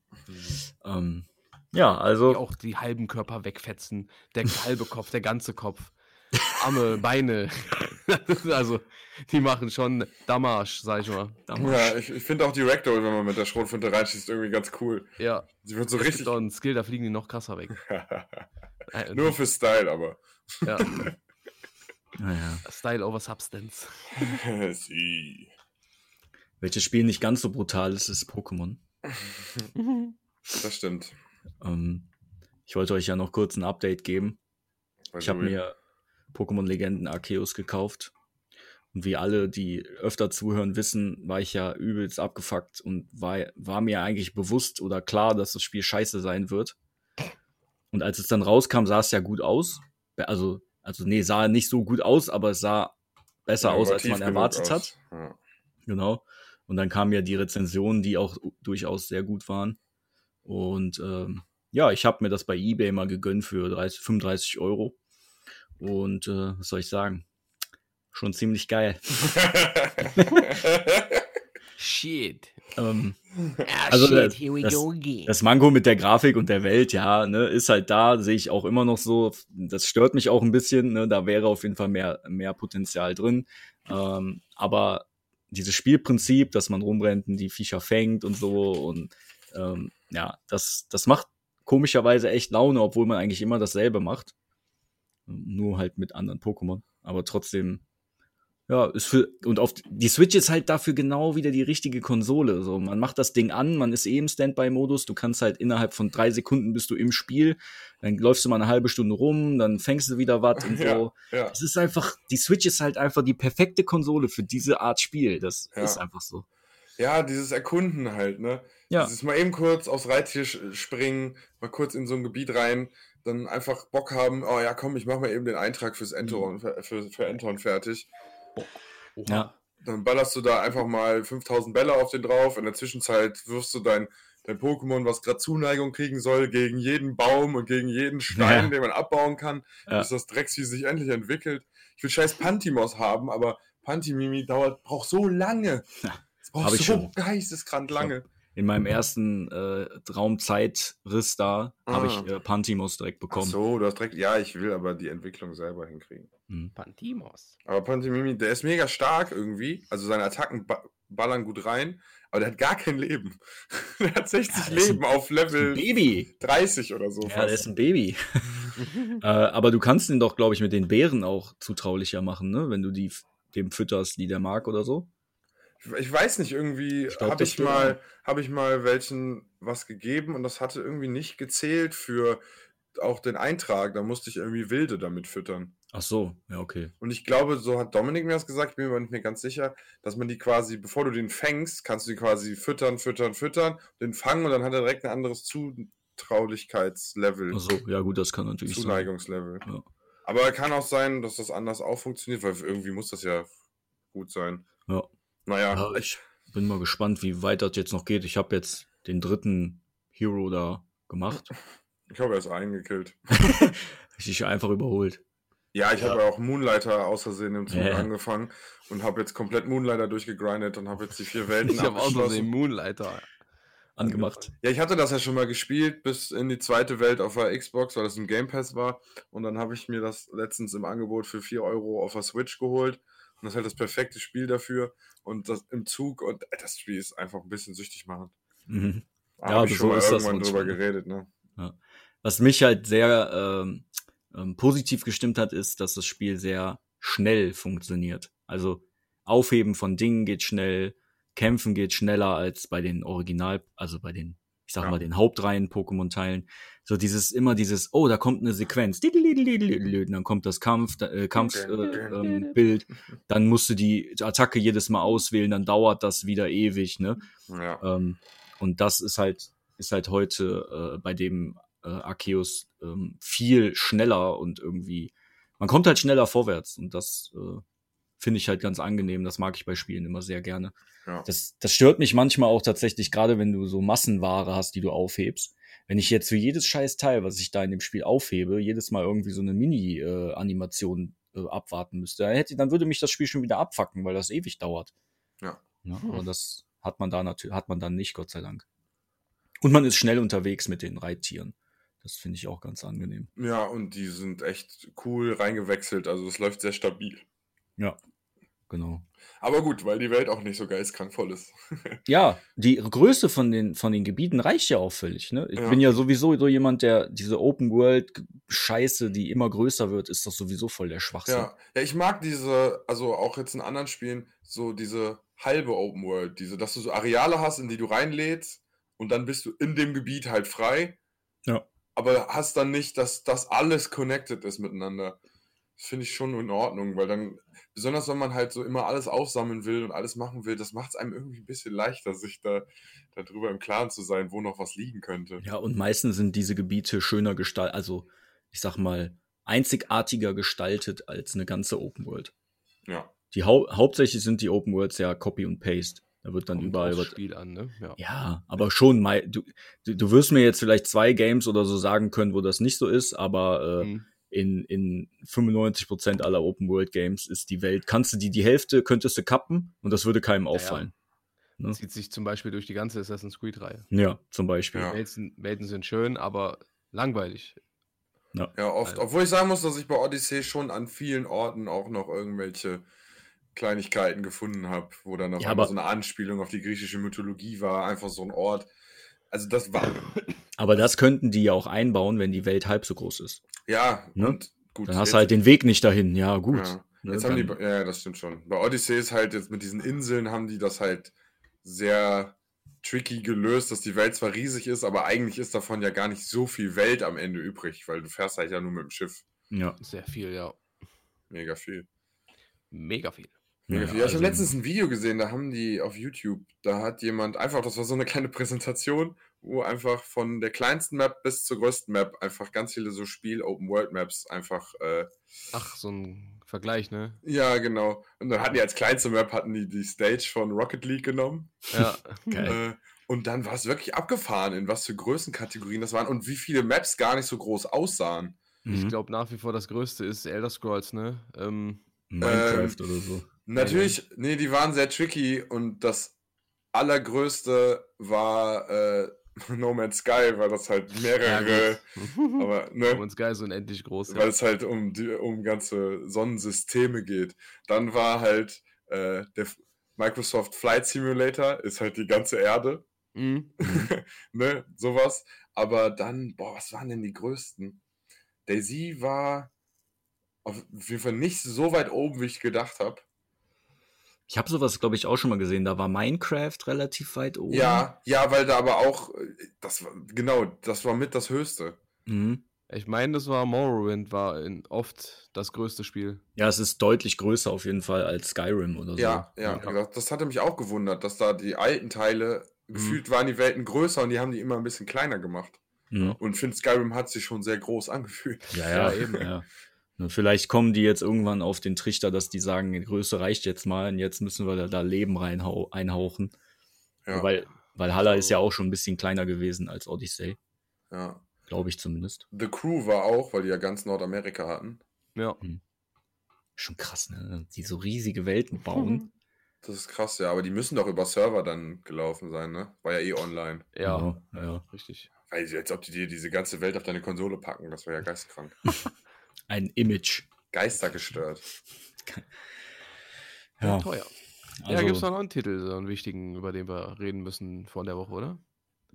Die also, auch die halben Körper wegfetzen. Der halbe Kopf, der ganze Kopf. Arme, Beine. Also, die machen schon Damage, sag ich mal. Ja, ich finde auch die Ragdoll, wenn man mit der Schrotflinte reinschießt, irgendwie ganz cool. Ja. Sie wird so Es gibt richtig. auch einen Skill, da fliegen die noch krasser weg. Nur für Style, aber. Ja. naja. Style over Substance. Sie. Welches Spiel nicht ganz so brutal ist, ist Pokémon. Das stimmt. Ich wollte euch ja noch kurz ein Update geben. Weil Ich habe du- mir Pokémon Legenden Arceus gekauft. Und wie alle, die öfter zuhören, wissen, war ich ja übelst abgefuckt und war mir eigentlich bewusst oder klar, dass das Spiel scheiße sein wird. Und als es dann rauskam, sah es ja gut aus. Also nee, sah nicht so gut aus, aber es sah besser aus, als innovativ man genug erwartet aus. hat. Ja. Genau. Und dann kamen ja die Rezensionen, die auch durchaus sehr gut waren. Und ja, ich habe mir das bei eBay mal gegönnt für 35 €. Und was soll ich sagen? Schon ziemlich geil. Shit. Also shit, here we go again. das Manko mit der Grafik und der Welt, ja, ne, ist halt da, sehe ich auch immer noch so. Das stört mich auch ein bisschen, ne, da wäre auf jeden Fall mehr Potenzial drin. Aber dieses Spielprinzip, dass man rumrennt und die Viecher fängt und so und ja, das macht komischerweise echt Laune, obwohl man eigentlich immer dasselbe macht. Nur halt mit anderen Pokémon. Aber trotzdem, ja, die Switch ist halt dafür genau wieder die richtige Konsole. So, man macht das Ding an, man ist im Standby-Modus, du kannst halt innerhalb von 3 Sekunden bist du im Spiel, dann läufst du mal eine halbe Stunde rum, dann fängst du wieder was und so. Ja. Es ist einfach, die Switch ist halt einfach die perfekte Konsole für diese Art Spiel. Das Ja. ist einfach so. Ja, dieses Erkunden halt, ne? Ja. Dieses mal eben kurz aufs Reittier springen, mal kurz in so ein Gebiet rein, dann einfach Bock haben, oh ja, komm, ich mach mal eben den Eintrag fürs Entorn, für Entorn fertig. Oha. Ja. Dann ballerst du da einfach mal 5000 Bälle auf den drauf. In der Zwischenzeit wirfst du dein Pokémon, was gerade Zuneigung kriegen soll, gegen jeden Baum und gegen jeden Stein, Ja. den man abbauen kann, Ja. bis das Drecksvieh sich endlich entwickelt. Ich will scheiß Pantimos haben, aber Pantimimi braucht so lange. Ja, Es braucht hab ich so schon. geisteskrank lange. In meinem ersten Raumzeitriss da habe ich Pantimos direkt Ach bekommen. so, du hast direkt. Ja, ich will aber die Entwicklung selber hinkriegen. Pantimos. Aber Pantimimi, der ist mega stark irgendwie. Also seine Attacken ballern gut rein, aber der hat gar kein Leben. Der hat 60 Ja, der ist Leben auf Level Baby. 30 oder so. Ja, der ist ein Baby. Aber du kannst ihn doch, glaube ich, mit den Beeren auch zutraulicher machen, ne? Wenn du dem fütterst, die der mag oder so. Ich weiß nicht, irgendwie Ich glaub, habe das ich, stimmt. hab ich mal welchen was gegeben und das hatte irgendwie nicht gezählt für auch den Eintrag. Da musste ich irgendwie Wilde damit füttern. Ach so, ja, okay. Und ich glaube, so hat Dominik mir das gesagt, ich bin mir aber nicht mehr ganz sicher, dass man die quasi, bevor du den fängst, kannst du die quasi füttern, den fangen und dann hat er direkt ein anderes Zutraulichkeitslevel. Ach so, ja gut, das kann natürlich sein. Zuneigungslevel. Ja. Aber kann auch sein, dass das anders auch funktioniert, weil irgendwie muss das ja gut sein. Ja. Naja. Ja, ich bin mal gespannt, wie weit das jetzt noch geht. Ich habe jetzt den 3. Hero da gemacht. Ich habe erst einen gekillt. Ich einfach überholt. Ja, ich habe ja auch Moonlighter aus Versehen im Zug Ja. angefangen und habe jetzt komplett Moonlighter durchgegrindet und habe jetzt die 4 Welten Ich habe auch so den abgeschlossen. Moonlighter. Angemacht. Ja, ich hatte das ja schon mal gespielt, bis in die zweite Welt auf der Xbox, weil das im Game Pass war. Und dann habe ich mir das letztens im Angebot für 4 Euro auf der Switch geholt. Und das ist halt das perfekte Spiel dafür. Und das im Zug, und das Spiel ist einfach ein bisschen süchtig machend. Mhm. Da Ja, habe ich aber schon so mal ist das irgendwann drüber manchmal. geredet, ne? Ja. Was mich halt sehr positiv gestimmt hat, ist, dass das Spiel sehr schnell funktioniert. Also Aufheben von Dingen geht schnell, Kämpfen geht schneller als bei den Original, also bei den, ich sag Ja. mal, den Hauptreihen Pokémon-Teilen. So oh, da kommt eine Sequenz. Und dann kommt das Kampfbild. Dann musst du die Attacke jedes Mal auswählen, dann dauert das wieder ewig, ne? Ja. Und das ist halt heute bei dem Arceus viel schneller und irgendwie, man kommt halt schneller vorwärts und das finde ich halt ganz angenehm. Das mag ich bei Spielen immer sehr gerne. Ja. Das stört mich manchmal auch tatsächlich, gerade wenn du so Massenware hast, die du aufhebst. Wenn ich jetzt für jedes scheiß Teil, was ich da in dem Spiel aufhebe, jedes Mal irgendwie so eine Mini-Animation abwarten müsste, dann würde mich das Spiel schon wieder abfacken, weil das ewig dauert. Ja. Aber das hat man dann nicht, Gott sei Dank. Und man ist schnell unterwegs mit den Reittieren. Das finde ich auch ganz angenehm. Ja, und die sind echt cool reingewechselt. Also es läuft sehr stabil. Ja, genau. Aber gut, weil die Welt auch nicht so geistkrank voll ist. Ja, die Größe von den Gebieten reicht ja auch völlig. Ne? Ich Ja. bin ja sowieso so jemand, der diese Open-World-Scheiße, die immer größer wird, ist doch sowieso voll der Schwachsinn. Ja, ich mag diese, also auch jetzt in anderen Spielen, so diese halbe Open World, dass du so Areale hast, in die du reinlädst und dann bist du in dem Gebiet halt frei, Ja. aber hast dann nicht, dass das alles connected ist miteinander. Das finde ich schon in Ordnung, weil dann, besonders wenn man halt so immer alles aufsammeln will und alles machen will, das macht es einem irgendwie ein bisschen leichter, sich darüber im Klaren zu sein, wo noch was liegen könnte. Ja, und meistens sind diese Gebiete schöner gestaltet, also ich sag mal, einzigartiger gestaltet als eine ganze Open World. Ja. Hauptsächlich sind die Open Worlds ja Copy und Paste. Da wird dann Kommt überall aufs Spiel an, ne? Ja, aber schon du wirst mir jetzt vielleicht 2 Games oder so sagen können, wo das nicht so ist, aber in 95% aller Open World Games ist die Welt, kannst du die Hälfte könntest du kappen und das würde keinem auffallen. Ne? Zieht sich zum Beispiel durch die ganze Assassin's Creed-Reihe. Ja, zum Beispiel. Ja. Welten sind schön, aber langweilig. Ja, oft. Obwohl ich sagen muss, dass ich bei Odyssey schon an vielen Orten auch noch irgendwelche Kleinigkeiten gefunden habe, wo dann auf einmal so eine Anspielung auf die griechische Mythologie war, einfach so ein Ort. Also das war... Aber das könnten die ja auch einbauen, wenn die Welt halb so groß ist. Ja, ne? und gut. Dann hast du halt den Weg nicht dahin. Ja, gut. Ja. Ne, Jetzt haben ja, das stimmt schon. Bei Odyssey ist halt jetzt mit diesen Inseln haben die das halt sehr tricky gelöst, dass die Welt zwar riesig ist, aber eigentlich ist davon ja gar nicht so viel Welt am Ende übrig, weil du fährst halt ja nur mit dem Schiff. Ja. Sehr viel, ja. Mega viel. Mega viel. Ja, ich habe letztens ein Video gesehen, da haben die auf YouTube, da hat jemand einfach, das war so eine kleine Präsentation, wo einfach von der kleinsten Map bis zur größten Map einfach ganz viele so Open-World-Maps einfach... Ach, so ein Vergleich, ne? Ja, genau. Und dann hatten die als kleinste Map die Stage von Rocket League genommen. Ja. Geil. Und dann war es wirklich abgefahren, in was für Größenkategorien das waren und wie viele Maps gar nicht so groß aussahen. Ich glaube nach wie vor das Größte ist Elder Scrolls, ne? Minecraft oder so. Natürlich, nee, die waren sehr tricky und das allergrößte war No Man's Sky, weil das halt mehrere, aber ne, No Man's Sky ist unendlich groß. weil es halt um ganze Sonnensysteme geht. Dann war halt der Microsoft Flight Simulator, ist halt die ganze Erde, ne, sowas. Aber dann, was waren denn die größten? DayZ war auf jeden Fall nicht so weit oben, wie ich gedacht habe. Ich habe sowas, glaube ich, auch schon mal gesehen. Da war Minecraft relativ weit oben. Ja, weil da aber auch, das war mit das Höchste. Mhm. Ich meine, das war Morrowind, war oft das größte Spiel. Ja, es ist deutlich größer auf jeden Fall als Skyrim oder so. Ja, das hatte mich auch gewundert, dass da die alten Teile, gefühlt waren die Welten größer und die haben die immer ein bisschen kleiner gemacht. Mhm. Und ich finde, Skyrim hat sich schon sehr groß angefühlt. Ja, eben. Ja. Und vielleicht kommen die jetzt irgendwann auf den Trichter, dass die sagen, die Größe reicht jetzt mal und jetzt müssen wir da Leben einhauchen. Ja. Weil Valhalla ist ja auch schon ein bisschen kleiner gewesen als Odyssey. Ja. Glaube ich zumindest. The Crew war auch, weil die ja ganz Nordamerika hatten. Ja. Schon krass, ne? Die so riesige Welten bauen. Das ist krass, ja. Aber die müssen doch über Server dann gelaufen sein, ne? War ja eh online. Ja, richtig. Weil, als ob die dir diese ganze Welt auf deine Konsole packen. Das wäre ja geistkrank. Ein Image. Geistergestört. Ja. Teuer. Also, Ja, gibt es noch einen Titel, so einen wichtigen, über den wir reden müssen von der Woche, oder?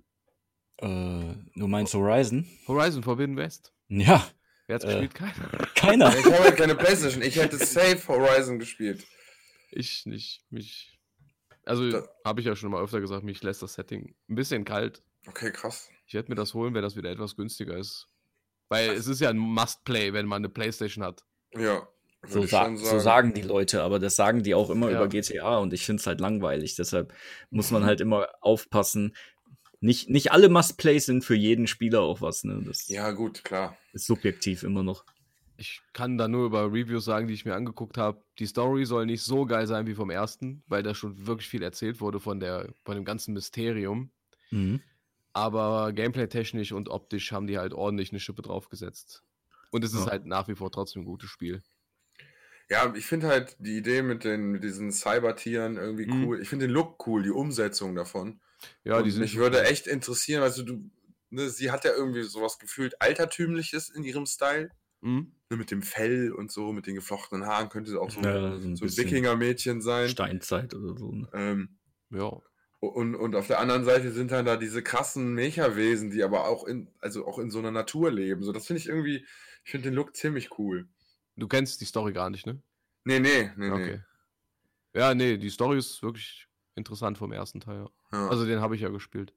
du meinst Horizon? Horizon Forbidden West. Ja. Wer hat's gespielt? Keiner. Keiner. Ich habe halt keine Playstation. Ich hätte safe Horizon gespielt. Ich nicht. Also, habe ich ja schon mal öfter gesagt, mich lässt das Setting ein bisschen kalt. Okay, krass. Ich werde mir das holen, wenn das wieder etwas günstiger ist. Weil es ist ja ein Must-Play, wenn man eine Playstation hat. Ja. So sagen die Leute, aber das sagen die auch immer über GTA und ich finde es halt langweilig. Deshalb muss man halt immer aufpassen. Nicht alle Must-Plays sind für jeden Spieler auch was. Ne? Das ja, gut, klar. Ist subjektiv immer noch. Ich kann da nur über Reviews sagen, die ich mir angeguckt habe. Die Story soll nicht so geil sein wie vom ersten, weil da schon wirklich viel erzählt wurde von dem ganzen Mysterium. Mhm. Aber gameplay-technisch und optisch haben die halt ordentlich eine Schippe draufgesetzt. Und es ist halt nach wie vor trotzdem ein gutes Spiel. Ja, ich finde halt die Idee mit diesen Cybertieren irgendwie cool. Ich finde den Look cool, die Umsetzung davon. Ja, und mich würde echt interessieren, also sie hat ja irgendwie sowas gefühlt Altertümliches in ihrem Style. Mit dem Fell und so, mit den geflochtenen Haaren könnte sie auch so ein Wikinger-Mädchen sein. Steinzeit oder so. Ne? Ja. Und auf der anderen Seite sind dann da diese krassen Mecha-Wesen, die aber auch in so einer Natur leben. So, das finde ich finde den Look ziemlich cool. Du kennst die Story gar nicht, ne? Nee. Okay. Ja, nee, die Story ist wirklich interessant vom ersten Teil. Ja. Also den habe ich ja gespielt.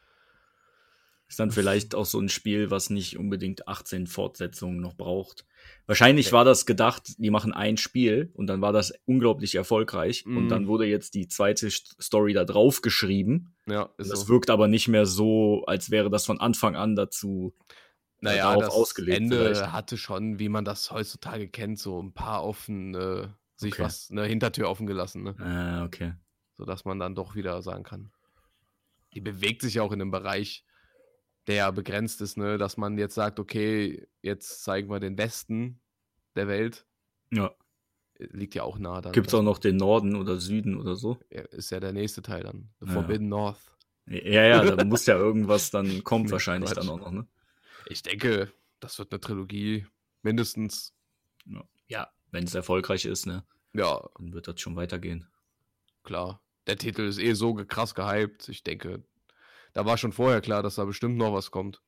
Ist dann vielleicht auch so ein Spiel, was nicht unbedingt 18 Fortsetzungen noch braucht. Wahrscheinlich war das gedacht, die machen ein Spiel und dann war das unglaublich erfolgreich und dann wurde jetzt die zweite Story da drauf geschrieben. Ja, ist das wirkt aber nicht mehr so, als wäre das von Anfang an dazu darauf das ausgelegt. Ende vielleicht. hatte schon, wie man das heutzutage kennt, so ein paar offen, eine Hintertür offen gelassen. Ne? Okay. Sodass man dann doch wieder sagen kann. Die bewegt sich auch in einem Bereich, der ja begrenzt ist, ne, dass man jetzt sagt, okay, jetzt zeigen wir den Westen der Welt. Ja. Liegt ja auch nah dann. Gibt es auch noch den Norden oder Süden oder so? Ist ja der nächste Teil dann. The Forbidden North. Ja, da muss ja irgendwas dann, kommt wahrscheinlich dann auch noch, ne? Ich denke, das wird eine Trilogie, mindestens. Ja, wenn es erfolgreich ist, ne? Ja. Dann wird das schon weitergehen. Klar. Der Titel ist so krass gehypt. Ich denke, da war schon vorher klar, dass da bestimmt noch was kommt.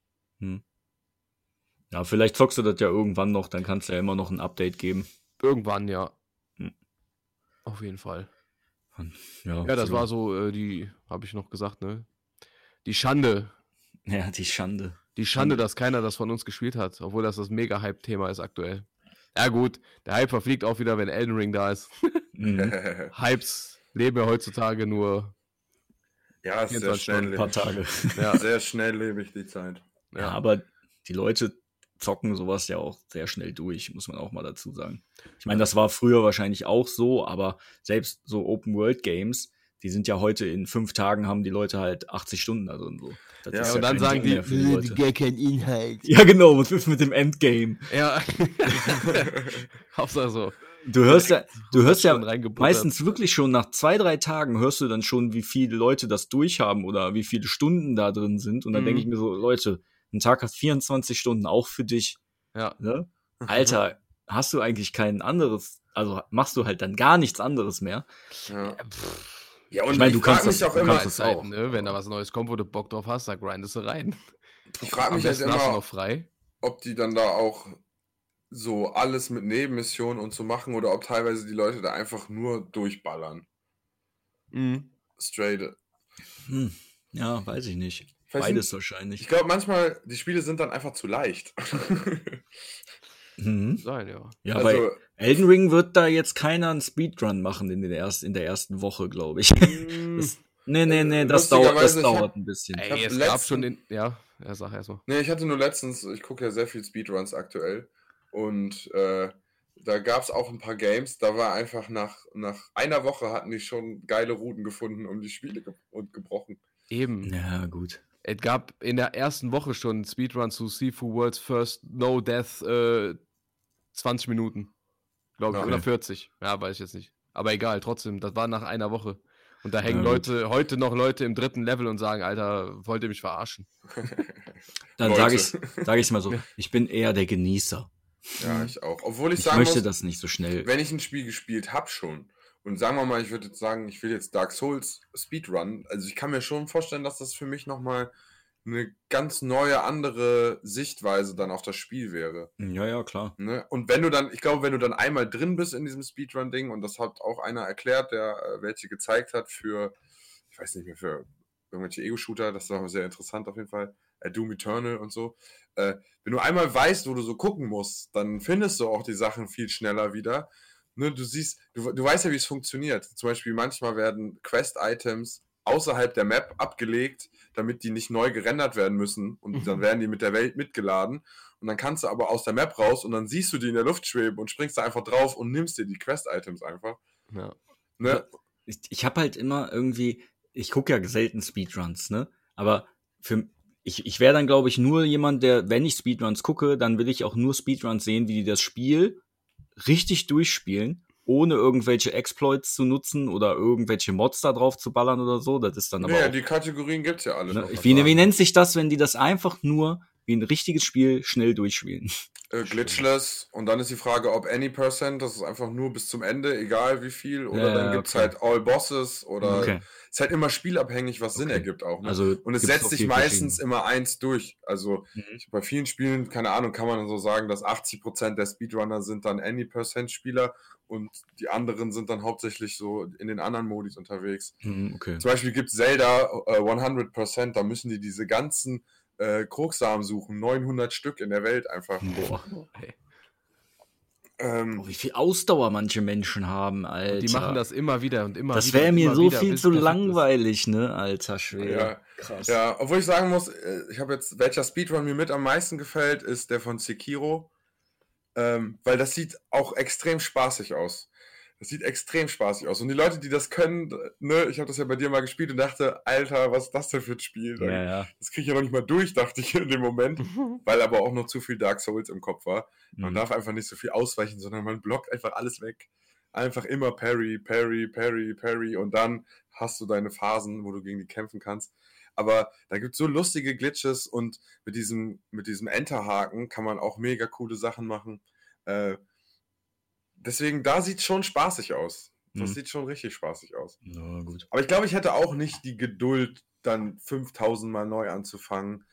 Ja, vielleicht zockst du das ja irgendwann noch, dann kannst du ja immer noch ein Update geben. Irgendwann, ja. Auf jeden Fall. Ja, das war so, habe ich noch gesagt, ne? Die Schande. Ja, die Schande. Die Schande, dass keiner das von uns gespielt hat, obwohl das Mega-Hype-Thema ist aktuell. Ja gut, der Hype verfliegt auch wieder, wenn Elden Ring da ist. Hypes leben ja heutzutage nur ja, sehr schnell ein paar Tage. Ja. Sehr schnell lebe ich die Zeit. Ja, aber die Leute zocken sowas ja auch sehr schnell durch, muss man auch mal dazu sagen. Ich meine, das war früher wahrscheinlich auch so, aber selbst so Open-World-Games, die sind ja heute in 5 Tagen, haben die Leute halt 80 Stunden da drin. So. Das ist und dann sagen die gar kein Inhalt. Ja, genau, was ist mit dem Endgame? Ja. Hauptsache so. Du hörst ja meistens wirklich schon nach 2-3 Tagen hörst du dann schon, wie viele Leute das durchhaben oder wie viele Stunden da drin sind. Und dann denke ich mir so, Leute, ein Tag hat 24 Stunden auch für dich. Ja. Ne? Alter, hast du eigentlich kein anderes, also machst du halt dann gar nichts anderes mehr. Ja, und ich meine, du kannst mich auch immer Zeit, ne? Wenn da was Neues kommt, wo du Bock drauf hast, da grindest du rein. Ich frage mich jetzt immer, noch frei. ob die dann da auch so alles mit Nebenmissionen und so machen oder ob teilweise die Leute da einfach nur durchballern. Straight. Ja, weiß ich nicht. Beides wahrscheinlich. Ich glaube, manchmal, die Spiele sind dann einfach zu leicht. Sein, ja. Ja, Also- bei Elden Ring wird da jetzt keiner einen Speedrun machen in der ersten Woche, glaube ich. Nee, das lustigerweise, ich dauert hab- ein bisschen. Ey, hab es gab letzten- schon ja, sag erstmal. Nee, ich hatte nur letztens, ich gucke ja sehr viel Speedruns aktuell und da gab es auch ein paar Games, da war einfach nach einer Woche hatten die schon geile Routen gefunden und die Spiele gebrochen. Eben. Ja, gut. Es gab in der ersten Woche schon einen Speedrun zu Sifu World's First No Death 20 Minuten. Glaube ich. Okay. Oder 40. Ja, weiß ich jetzt nicht. Aber egal, trotzdem, das war nach einer Woche. Und da hängen Ja, gut. heute noch Leute im 3. Level und sagen, Alter, wollt ihr mich verarschen? Dann Leute. sag ich's mal so, ich bin eher der Genießer. Ja, ich auch. Obwohl ich Ich sagen möchte muss, das nicht so schnell. wenn ich ein Spiel gespielt habe schon und sagen wir mal, ich würde jetzt sagen, ich will jetzt Dark Souls Speedrun, also ich kann mir schon vorstellen, dass das für mich nochmal eine ganz neue, andere Sichtweise dann auf das Spiel wäre. Ja, klar. Ne? Und ich glaube, wenn du dann einmal drin bist in diesem Speedrun-Ding, und das hat auch einer erklärt, der welche gezeigt hat für, ich weiß nicht mehr, für irgendwelche Ego-Shooter, das war sehr interessant auf jeden Fall, Doom Eternal und so. Wenn du einmal weißt, wo du so gucken musst, dann findest du auch die Sachen viel schneller wieder. Ne, du siehst, du weißt ja, wie es funktioniert. Zum Beispiel manchmal werden Quest-Items außerhalb der Map abgelegt, damit die nicht neu gerendert werden müssen und dann werden die mit der Welt mitgeladen und dann kannst du aber aus der Map raus und dann siehst du die in der Luft schweben und springst da einfach drauf und nimmst dir die Quest-Items einfach. Ja. Ne? Ich habe halt immer irgendwie, ich gucke ja selten Speedruns, ne? Aber ich wäre dann, glaube ich, nur jemand, der, wenn ich Speedruns gucke, dann will ich auch nur Speedruns sehen, wie die das Spiel richtig durchspielen, ohne irgendwelche Exploits zu nutzen oder irgendwelche Mods da drauf zu ballern oder so. Das ist dann aber Ja, auch, die Kategorien gibt's ja alle. ne? noch mal Wie sagen. nennt sich das, wenn die das einfach nur wie ein richtiges Spiel schnell durchspielen? Glitchless und dann ist die Frage, ob any percent, das ist einfach nur bis zum Ende, egal wie viel, oder Ja, dann gibt's okay. halt all bosses oder Okay. ist halt immer spielabhängig, was Sinn Okay. ergibt auch. Ne? Also Und es gibt's setzt auch sich viel meistens verschiedene. immer eins durch. Also Mhm. bei vielen Spielen, keine Ahnung, kann man so sagen, dass 80% der Speedrunner sind dann any percent Spieler und die anderen sind dann hauptsächlich so in den anderen Modis unterwegs. Okay. Zum Beispiel gibt es Zelda 100%, da müssen die diese ganzen Krogsamen suchen, 900 Stück in der Welt einfach. Boah. Hey. Wie viel Ausdauer manche Menschen haben, Alter. Die machen das immer wieder und immer Das wieder. wäre und mir immer so wieder, viel bis zu es perfekt ist. langweilig, ne, alter Schwede. Ja. Krass. Ja, obwohl ich sagen muss, ich habe jetzt, welcher Speedrun mir mit am meisten gefällt, ist der von Sekiro, weil das sieht auch extrem spaßig aus. Das sieht extrem spaßig aus. Und die Leute, die das können, ne, ich habe das ja bei dir mal gespielt und dachte, Alter, was ist das denn für ein Spiel? Ja. Das kriege ich ja noch nicht mal durch, dachte ich in dem Moment, weil aber auch noch zu viel Dark Souls im Kopf war. Man Mhm. darf einfach nicht so viel ausweichen, sondern man blockt einfach alles weg. Einfach immer Parry, Parry, Parry, Parry und dann hast du deine Phasen, wo du gegen die kämpfen kannst. Aber da gibt es so lustige Glitches und mit diesem Enterhaken kann man auch mega coole Sachen machen. Deswegen, da sieht es schon spaßig aus. Das Mhm. sieht schon richtig spaßig aus. Na gut. Aber ich glaube, ich hätte auch nicht die Geduld, dann 5000 Mal neu anzufangen.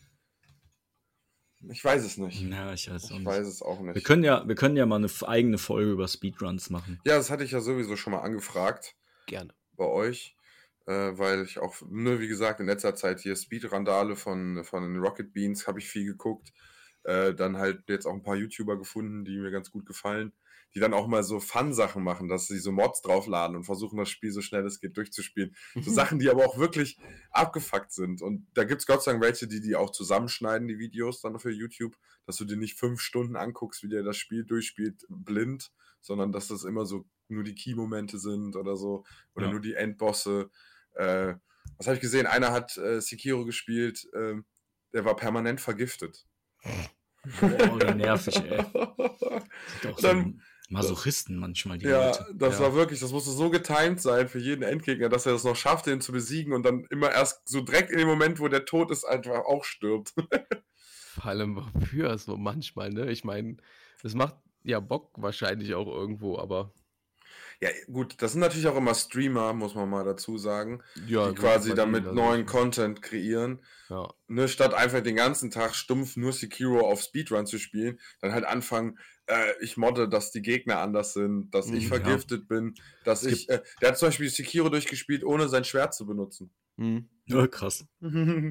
Ich weiß es nicht. Ja, ich weiß auch Ich nicht. weiß es auch nicht. Wir können ja mal eine eigene Folge über Speedruns machen. Ja, das hatte ich ja sowieso schon mal angefragt Gerne. bei euch, weil ich auch, ne, wie gesagt, in letzter Zeit hier Speedrandale von den Rocket Beans habe ich viel geguckt. Dann halt jetzt auch ein paar YouTuber gefunden, die mir ganz gut gefallen, die dann auch mal so Fun-Sachen machen, dass sie so Mods draufladen und versuchen, das Spiel so schnell es geht durchzuspielen. So Sachen, die aber auch wirklich abgefuckt sind. Und da gibt es Gott sei Dank welche, die auch zusammenschneiden, die Videos dann für YouTube, dass du dir nicht 5 Stunden anguckst, wie der das Spiel durchspielt, blind, sondern dass das immer so nur die Key-Momente sind oder so, oder Ja. nur die Endbosse. Was habe ich gesehen? Einer hat Sekiro gespielt, der war permanent vergiftet. Boah, wie nervig, ey. Sind auch so Dann- Masochisten manchmal, die Ja, Leute. das war wirklich, das musste so getimed sein für jeden Endgegner, dass er das noch schafft, den zu besiegen und dann immer erst so direkt in dem Moment, wo der tot ist, einfach auch stirbt. Vor allem wofür so manchmal, ne? Ich meine, es macht ja Bock wahrscheinlich auch irgendwo, aber Ja, gut, das sind natürlich auch immer Streamer, muss man mal dazu sagen, ja, die quasi gut, damit also, neuen Content kreieren. Ja. Ne, statt einfach den ganzen Tag stumpf nur Sekiro auf Speedrun zu spielen, dann halt anfangen, ich modde, dass die Gegner anders sind, dass ich Mhm, vergiftet bin, dass Es ich, der hat zum Beispiel Sekiro durchgespielt, ohne sein Schwert zu benutzen. Hm. Ja, krass.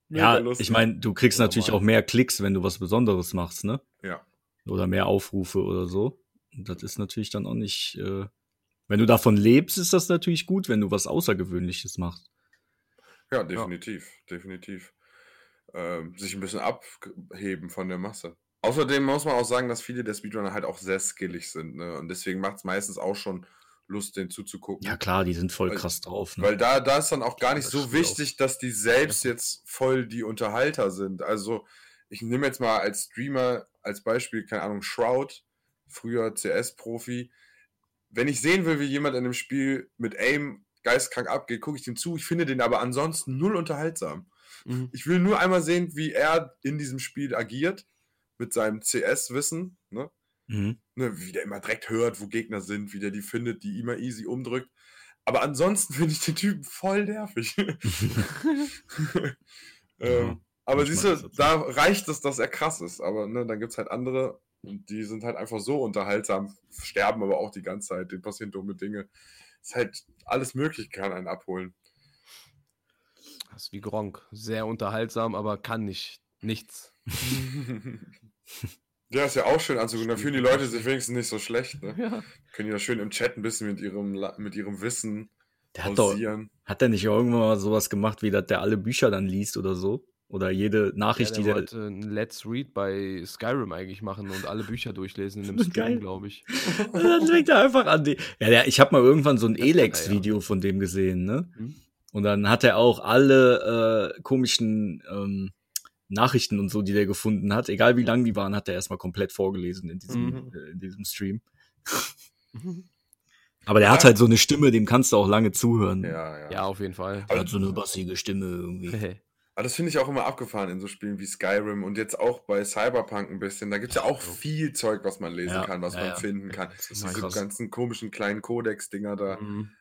Ja, ich meine, du kriegst natürlich auch mehr Klicks, wenn du was Besonderes machst, ne? Ja. Oder mehr Aufrufe oder so. Und das ist natürlich dann auch nicht, wenn du davon lebst, ist das natürlich gut, wenn du was Außergewöhnliches machst. Ja, definitiv. Sich ein bisschen abheben von der Masse. Außerdem muss man auch sagen, dass viele der Speedrunner halt auch sehr skillig sind, ne? Und deswegen macht es meistens auch schon Lust, denen zuzugucken. Ja klar, die sind voll krass drauf. Ne? Weil da ist dann auch gar nicht so wichtig, dass die selbst jetzt voll die Unterhalter sind. Also ich nehme jetzt mal als Streamer als Beispiel, keine Ahnung, Shroud, früher CS-Profi. Wenn ich sehen will, wie jemand in einem Spiel mit Aim geistkrank abgeht, gucke ich dem zu. Ich finde den aber ansonsten null unterhaltsam. Mhm. Ich will nur einmal sehen, wie er in diesem Spiel agiert, mit seinem CS-Wissen, ne? Mhm. Ne, wie der immer direkt hört, wo Gegner sind, wie der die findet, die immer easy umdrückt. Aber ansonsten finde ich den Typen voll nervig. Aber siehst du, da reicht es, dass er krass ist. Aber ne, dann gibt es halt andere, die sind halt einfach so unterhaltsam, sterben aber auch die ganze Zeit, denen passieren dumme Dinge. Ist halt alles möglich, kann einen abholen. Das ist wie Gronkh. Sehr unterhaltsam, aber kann nichts. Ja, ist ja auch schön anzugucken. Da fühlen die Leute sich wenigstens nicht so schlecht. Ne? Ja. Können die da schön im Chat ein bisschen mit ihrem Wissen pausieren. Hat der nicht irgendwann mal sowas gemacht, wie dass der alle Bücher dann liest oder so? Oder jede Nachricht, die der wollte ein Let's Read bei Skyrim eigentlich machen und alle Bücher durchlesen in einem Stream, glaube ich. Dann fängt er einfach an. Ich habe mal irgendwann so ein Elex-Video von dem gesehen, ne? Und dann hat er auch alle komischen Nachrichten und so, die der gefunden hat, egal wie lang die waren, hat er erstmal komplett vorgelesen in diesem Stream. Aber der hat halt so eine Stimme, dem kannst du auch lange zuhören. Ja, auf jeden Fall. Er hat so eine bassige Stimme irgendwie. Aber das finde ich auch immer abgefahren in so Spielen wie Skyrim und jetzt auch bei Cyberpunk ein bisschen. Da gibt es ja auch viel Zeug, was man lesen kann, was man finden kann. Diese ganzen komischen kleinen Codex-Dinger da.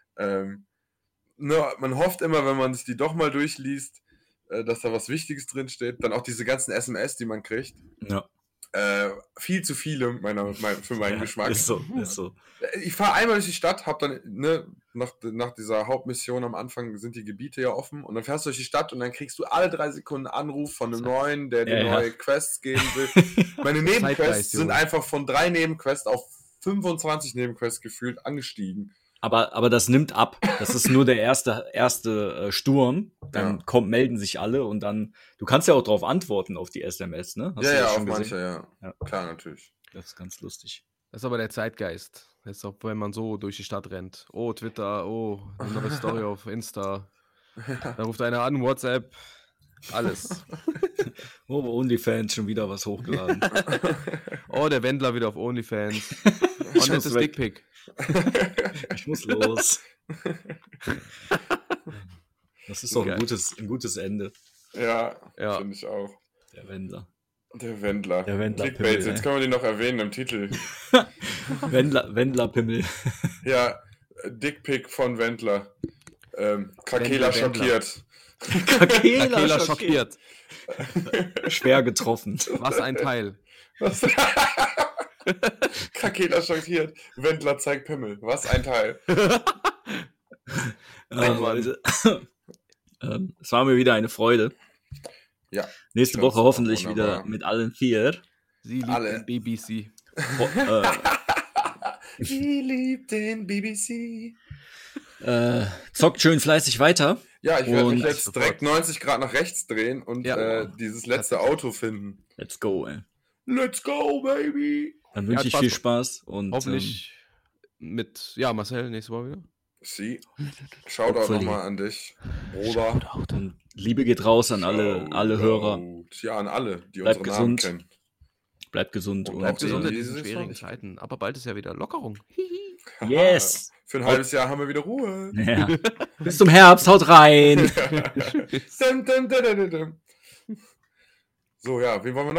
Man hofft immer, wenn man sich die doch mal durchliest, dass da was Wichtiges drin steht. Dann auch diese ganzen SMS, die man kriegt. Ja. Viel zu viele für meinen Geschmack. Ist so. Ich fahre einmal durch die Stadt, hab dann, ne, nach dieser Hauptmission am Anfang sind die Gebiete ja offen und dann fährst du durch die Stadt und dann kriegst du alle 3 Sekunden einen Anruf von einem neuen, der dir neue Quests geben will. Meine Nebenquests sind einfach von 3 Nebenquests auf 25 Nebenquests gefühlt angestiegen. Aber das nimmt ab. Das ist nur der erste Sturm. Dann melden sich alle und dann, du kannst ja auch drauf antworten auf die SMS, ne? Hast ja, auf manche, ja. Klar, natürlich. Das ist ganz lustig. Das ist aber der Zeitgeist. Das ist auch, wenn man so durch die Stadt rennt. Oh, Twitter, eine neue Story auf Insta. Da ruft einer an, WhatsApp. Alles. Oh, OnlyFans schon wieder was hochgeladen. Oh, der Wendler wieder auf OnlyFans. Oh, nettes Dickpick. Ich muss los. Das ist doch ein gutes Ende. Ja. Finde ich auch. Der Wendler. Clickbait, jetzt können wir den noch erwähnen im Titel. Wendler-Pimmel. Ja, Dickpick von Wendler. Krakela schockiert. Krakela schockiert. Schwer getroffen. Was ein Teil. Krakela schockiert. Wendler zeigt Pimmel. Was ein Teil. Es war mir wieder eine Freude. Ja. Nächste Woche hoffentlich wieder mit allen 4. Sie liebt den BBC. Sie liebt den BBC. Zockt schön fleißig weiter. Ja, ich werde mich jetzt direkt 90 Grad nach rechts drehen und dieses letzte Auto finden. Let's go, ey. Let's go, baby. Dann wünsche ich viel Spaß und hoffentlich mit Marcel nächste Woche wieder. Shoutout nochmal an dich, Bruder. Und Liebe geht raus an alle Hörer. Ja, an alle, die unsere Namen kennen. Bleibt gesund. Und bleibt gesund in diesen schwierigen Zeiten. Aber bald ist ja wieder Lockerung. Yes. Für ein halbes Jahr haben wir wieder Ruhe. Ja. Bis zum Herbst, haut rein. So, ja, wen wollen wir noch?